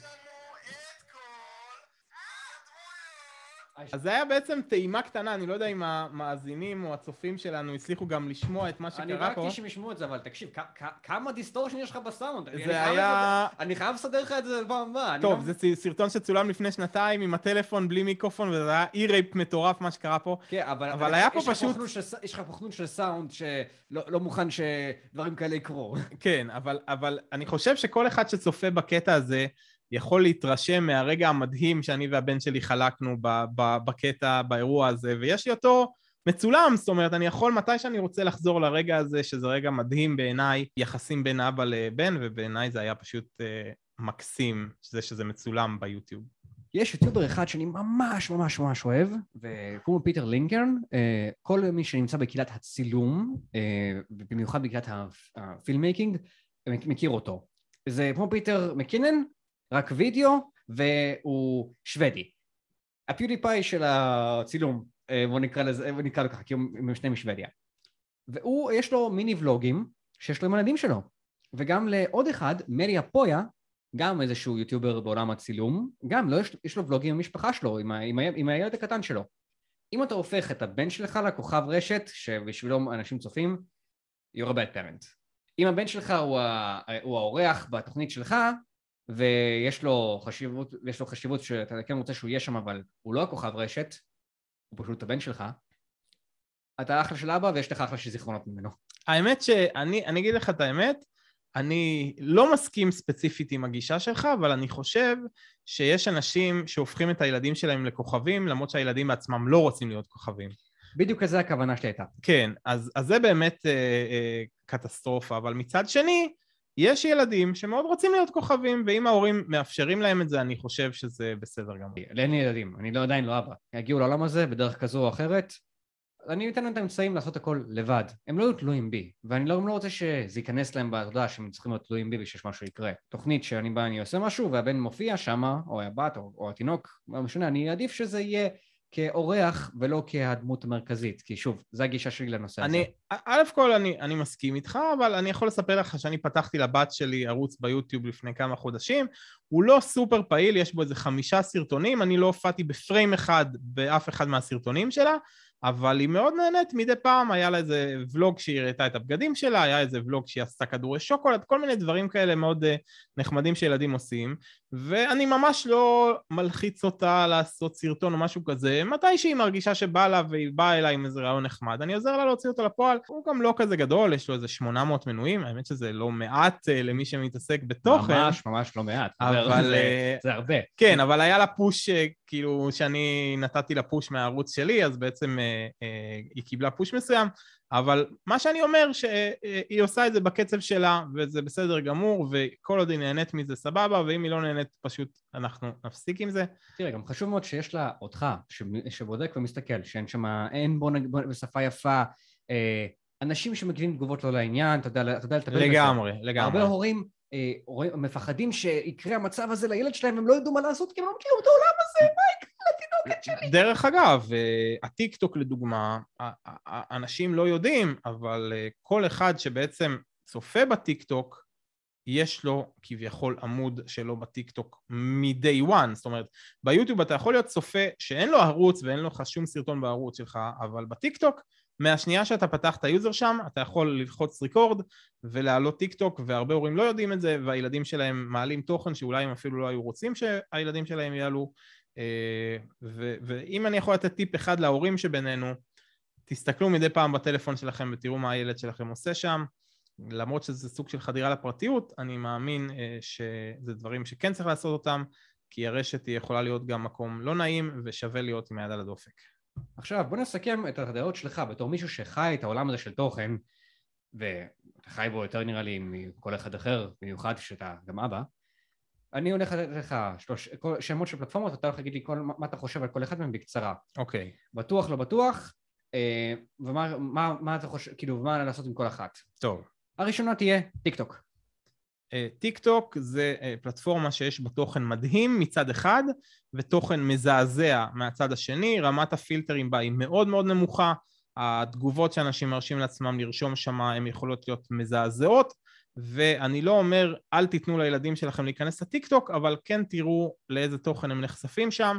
אז זה היה בעצם טעימה קטנה, אני לא יודע אם המאזינים או הצופים שלנו הצליחו גם לשמוע את מה שקרה פה. אני ראיתי שהם ישמעו את זה, אבל תקשיב, כמה דיסטורשן יש לך בסאונד? אני חייב לסדר לך את זה בפעם הבאה. טוב, זה סרטון שצולם לפני 2 עם הטלפון בלי מיקרופון, וזה היה אי-רייפ מטורף מה שקרה פה. כן, אבל היה פה פשוט... יש לך פוכנות של סאונד שלא מוכן שדברים כאלה יקרו. כן, אבל אני חושב שכל אחד שצופה בקטע הזה, יכול להתרשם מהרגע המדהים שאני והבן שלי חלקנו בקטע, באירוע הזה, ויש לי אותו מצולם, זאת אומרת, אני יכול מתי שאני רוצה לחזור לרגע הזה, שזה רגע מדהים בעיניי, יחסים בין אבא לבן, ובעיניי זה היה פשוט מקסים, שזה מצולם ביוטיוב. יש יוטיובר אחד שאני ממש ממש ממש אוהב, וקוראים לו פיטר לינקרן, כל מי שנמצא בקהילת הצילום, ובמיוחד בקהילת הפילמייקינג, מכיר אותו. זה כמו פיטר מקינן, רק וידאו, והוא שוודי. הפיודיפיי של הצילום, בוא נקרא לו ככה, כי הם שניהם משוודיה. והוא, יש לו מיני ולוגים, שיש לו עם הילדים שלו. וגם לעוד אחד, מריה פויה, גם איזשהו יוטיובר בעולם הצילום, גם יש לו ולוגים עם המשפחה שלו, עם הילד הקטן שלו. אם אתה הופך את הבן שלך לכוכב רשת, שבשבילו אנשים צופים, you're a bad parent. אם הבן שלך הוא האורח בתוכנית שלך, ויש לו חשיבות שאתה כן רוצה שהוא יהיה שם, אבל הוא לא הכוכב רשת, הוא פשוט הבן שלך, אתה אחלה של אבא ויש לך אחלה של זיכרונות ממנו. האמת שאני אגיד לך את האמת, אני לא מסכים ספציפית עם הגישה שלך, אבל אני חושב שיש אנשים שהופכים את הילדים שלהם לכוכבים, למרות שהילדים בעצמם לא רוצים להיות כוכבים. בדיוק כזה הכוונה שלי הייתה. כן, אז זה באמת קטסטרופה, אבל מצד שני, יש ילדים שמאוד רוצים להיות כוכבים, ואם ההורים מאפשרים להם את זה, אני חושב שזה בסדר גם. אין לי ילדים, אני עדיין לא אבא. יגיעו לעולם הזה בדרך כזו או אחרת, אני אתן להם את האמצעים לעשות הכל לבד. הם לא יהיו תלויים בי, ואני לא רוצה שזה ייכנס להם בעבודה שהם צריכים להיות תלויים בי ושיש משהו יקרה. תוכנית שאני בא, אני עושה משהו, והבן מופיע שמה, או הבת, או התינוק, לא משנה, אני אעדיף שזה יהיה כאורח ולא כהדמות המרכזית, כי שוב, זו הגישה שלי לנושא הזה. א' כל אני מסכים איתך, אבל אני יכול לספר לך שאני פתחתי לבת שלי ערוץ ביוטיוב לפני כמה חודשים, הוא לא סופר פעיל, יש בו איזה 5 סרטונים, אני לא הופעתי בפריים אחד באף אחד מהסרטונים שלה, אבל היא מאוד נהנית, מדי פעם היה לה איזה ולוג שהיא הראתה את הבגדים שלה, היה איזה ולוג שהיא עשתה כדורי שוקולד, כל מיני דברים כאלה מאוד נחמדים שילדים עושים, ואני ממש לא מלחיץ אותה לעשות סרטון או משהו כזה, מתי שהיא מרגישה שבא לה והיא באה אליי עם איזה רעיון נחמד, אני עוזר לה להוציא אותו לפועל, הוא גם לא כזה גדול, יש לו איזה 800 מנויים, האמת שזה לא מעט למי שמתעסק בתוכן. ממש לא מעט, אבל זה הרבה. כן, אבל היה לה פוש, כאילו שאני נתתי לה פוש מהערוץ שלי, אז בעצם היא קיבלה פוש מסוים, אבל מה שאני אומר שהיא עושה את זה בקצב שלה, וזה בסדר גמור, וכל עוד היא נהנית מזה סבבה, ואם היא לא נהנית פשוט אנחנו נפסיק עם זה. תראה, גם חשוב מאוד שיש לה אותך, שבודק ומסתכל, שאין שם, אין בו בשפה יפה, אנשים שמגיבים תגובות לא לעניין, אתה יודע לטפל בזה. לגמרי. הרבה הורים מפחדים שיקרה המצב הזה לילד שלהם, הם לא ידעו מה לעשות, כי הם לא מכירים את העולם הזה, מה יקרה לתינוקת שלי? דרך אגב, הטיקטוק לדוגמה, אנשים לא יודעים, אבל כל אחד שבעצם צופה בטיקטוק, יש לו כביכול עמוד שלו בטיקטוק מ-day one, זאת אומרת, ביוטיוב אתה יכול להיות צופה שאין לו ערוץ ואין לו שום סרטון בערוץ שלך, אבל בטיקטוק, מהשנייה שאתה פתח את היוזר שם, אתה יכול ללחוץ ריקורד ולהעלות טיקטוק, והרבה הורים לא יודעים את זה, והילדים שלהם מעלים תוכן שאולי הם אפילו לא היו רוצים שהילדים שלהם יעלו, ואם אני יכול לתת טיפ אחד להורים שבינינו, תסתכלו מדי פעם בטלפון שלכם ותראו מה הילד שלכם עושה שם, למרות שזה סוג של חדירה לפרטיות, אני מאמין שזה דברים שכן צריך לעשות אותם, כי הרשת היא יכולה להיות גם מקום לא נעים ושווה להיות עם היד על הדופק. עכשיו בוא נסכם את הדעות שלך בתור מישהו שחי את העולם הזה של תוכן, ואתה חי בו יותר נראה לי מכל אחד אחר, במיוחד שאתה גם אבא. אני הולך לתת לך שמות של פלטפורמות, אתה הולך להגיד לי מה אתה חושב על כל אחד מהם בקצרה. אוקיי. בטוח, לא בטוח, ומה אתה חושב, כאילו, מה לעשות עם כל אחת. טוב. הראשונה תהיה טיקטוק. טיקטוק זה פלטפורמה שיש בה תוכן מדהים מצד אחד, ותוכן מזעזע מהצד השני, רמת הפילטרים בה היא מאוד מאוד נמוכה, התגובות שאנשים מרשים לעצמם לרשום שם הן יכולות להיות מזעזעות, ואני לא אומר אל תיתנו לילדים שלכם להיכנס לטיקטוק, אבל כן תראו לאיזה תוכן הם נחשפים שם,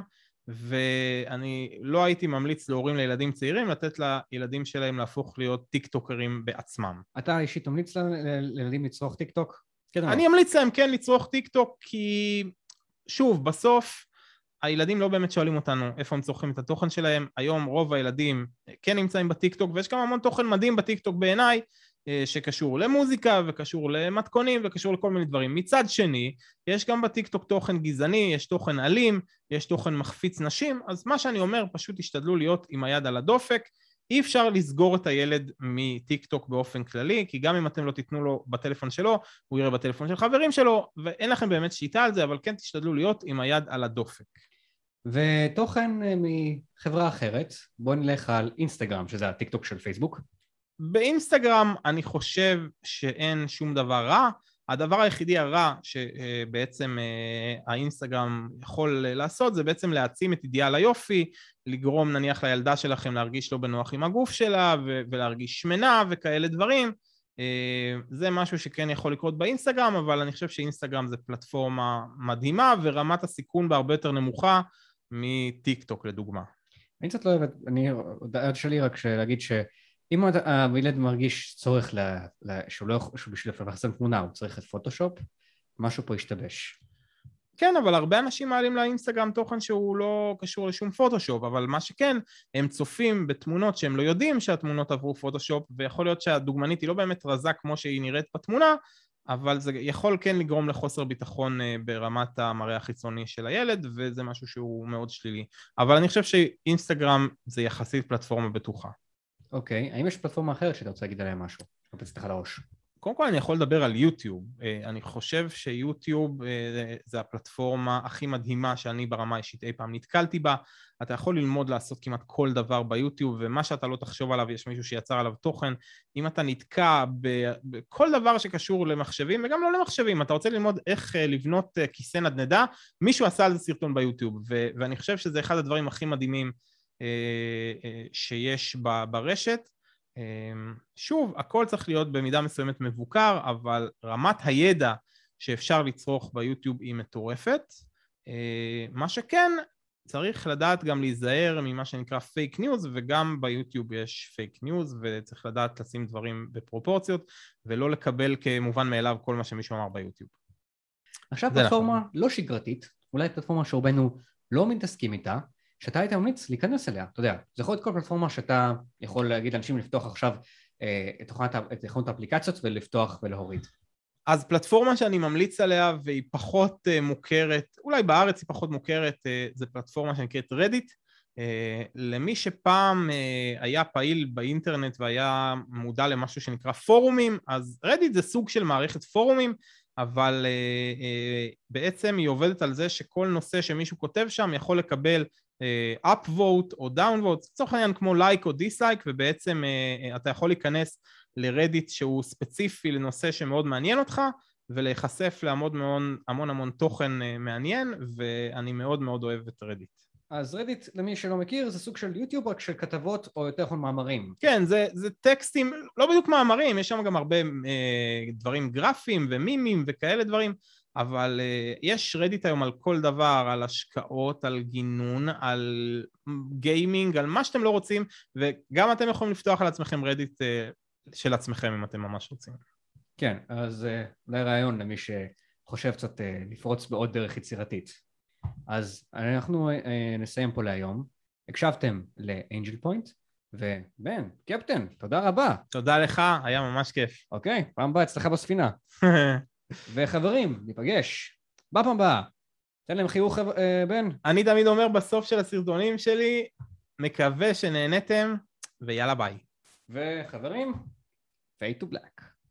ואני לא הייתי ממליץ להורים לילדים צעירים לתת לילדים שלהם להפוך להיות טיקטוקרים בעצמם. אתה אישית תמליץ לילדים לצרוך טיקטוק? אני אמליץ להם כן לצרוך טיקטוק, כי שוב, בסוף הילדים לא באמת שואלים אותנו איפה הם צורכים את התוכן שלהם. היום רוב הילדים כן נמצאים בטיקטוק, ויש גם המון תוכן מדהים בטיקטוק בעיניי, שקשור למוזיקה וקשור למתכונים וקשור לכל מיני דברים. מצד שני, יש גם בטיקטוק תוכן גזעני, יש תוכן אלים, יש תוכן מחפיץ נשים, אז מה שאני אומר, פשוט תשתדלו להיות עם היד על הדופק. אי אפשר לסגור את הילד מטיקטוק באופן כללי, כי גם אם אתם לא תיתנו לו בטלפון שלו, הוא יראה בטלפון של חברים שלו, ואין לכם באמת שיטה על זה, אבל כן תשתדלו להיות עם היד על הדופק. ותוכן מחברה אחרת, בואו נלך על אינסטגרם, שזה הטיקטוק של פייסבוק. באינסטגרם אני חושב שאין שום דבר רע, הדבר היחידי הרע שבעצם האינסטגרם יכול לעשות זה בעצם להעצים את אידיאל היופי, לגרום נניח לילדה שלכם להרגיש לא בנוח עם הגוף שלה ולהרגיש שמנה וכאלה דברים. זה משהו שכן יכול לקרות באינסטגרם, אבל אני חושב שאינסטגרם זה פלטפורמה מדהימה ורמת הסיכון בה הרבה יותר נמוכה מטיק טוק לדוגמה. אני קצת לא אוהבת, הדעה שלי רק להגיד שאם הילד מרגיש צורך שהוא בשביל לפרסם תמונה, הוא צריך את פוטושופ, משהו פה ישתבש. כן, אבל הרבה אנשים מעלים לאינסטגרם תוכן שהוא לא קשור לשום פוטושופ, אבל מה שכן, הם צופים בתמונות שהם לא יודעים שהתמונות עברו פוטושופ, ויכול להיות שהדוגמנית היא לא באמת רזה כמו שהיא נראית בתמונה, אבל זה יכול כן לגרום לחוסר ביטחון ברמת המראה החיצוני של הילד, וזה משהו שהוא מאוד שלילי. אבל אני חושב שאינסטגרם זה יחסית פלטפורמה בטוחה. אוקיי, האם יש פלטפורמה אחרת שאתה רוצה להגיד עליה משהו? קופצת לך לראש. קודם כל אני יכול לדבר על יוטיוב. אני חושב שיוטיוב זה הפלטפורמה הכי מדהימה שאני ברמה אישית אי פעם נתקלתי בה. אתה יכול ללמוד לעשות כמעט כל דבר ביוטיוב, ומה שאתה לא תחשוב עליו, יש מישהו שיצר עליו תוכן. אם אתה נתקע בכל דבר שקשור למחשבים, וגם לא למחשבים, אתה רוצה ללמוד איך לבנות כיסא נדנדה, מישהו עשה על זה סרטון ביוטיוב, ואני חושב שזה אחד הדברים הכי מדהימים שיש ברשת. שוב, הכל צריך להיות במידה מסוימת מבוקר, אבל רמת הידע שאפשר לצרוך ביוטיוב היא מטורפת. מה שכן, צריך לדעת גם להיזהר ממה שנקרא פייק ניוז, וגם ביוטיוב יש פייק ניוז, וצריך לדעת לשים דברים בפרופורציות, ולא לקבל כמובן מאליו כל מה שמישהו אמר ביוטיוב. עכשיו פלטפורמה לא שגרתית, אולי פלטפורמה שרובנו לא מתעסקים איתה, שאתה היית ממליץ להיכנס אליה, אתה יודע, זה יכול להיות כל פלטפורמה שאתה יכול להגיד לאנשים לפתוח עכשיו את תכונות האפליקציות ולפתוח ולהוריד. אז פלטפורמה שאני ממליץ עליה והיא פחות מוכרת, אולי בארץ היא פחות מוכרת, זה פלטפורמה שנקראת רדיט. למי שפעם היה פעיל באינטרנט והיה מודע למשהו שנקרא פורומים, אז רדיט זה סוג של מערכת פורומים, אבל בעצם היא עובדת על זה שכל נושא שמישהו כותב שם יכול לקבל upvote או downvote, לצורך העניין כמו לייק או דיסלייק, ובעצם אתה יכול להיכנס לרדיט שהוא ספציפי לנושא שמאוד מעניין אותך, ולהיחשף להמון תוכן מעניין, ואני מאוד מאוד אוהב את רדיט. אז רדיט, למי שלא מכיר, זה סוג של יוטיוב רק של כתבות או יותר נכון מאמרים. כן, זה טקסטים, לא בדיוק מאמרים, יש שם גם הרבה דברים גרפיים ומימים וכאלה דברים, אבל יש רדיט היום על כל דבר, על השקעות, על גינון, על גיימינג, על מה שאתם לא רוצים, וגם אתם יכולים לפתוח על עצמכם רדיט של עצמכם אם אתם ממש רוצים. כן, אז אולי רעיון למי שחושב קצת לפרוץ בעוד דרך יצירתית. אז אנחנו נסיים פה להיום. הקשבתם לאנג'ל פוינט, ובן, קפטן, תודה רבה. תודה לך, היה ממש כיף. אוקיי, פעם הבאה אצלך בספינה. וחברים, ניפגש בפעם הבאה. תן להם חיוך, בן. אני תמיד אומר בסוף של הסרטונים שלי, מקווה שנהנתם, ויאללה ביי. וחברים, fade to black.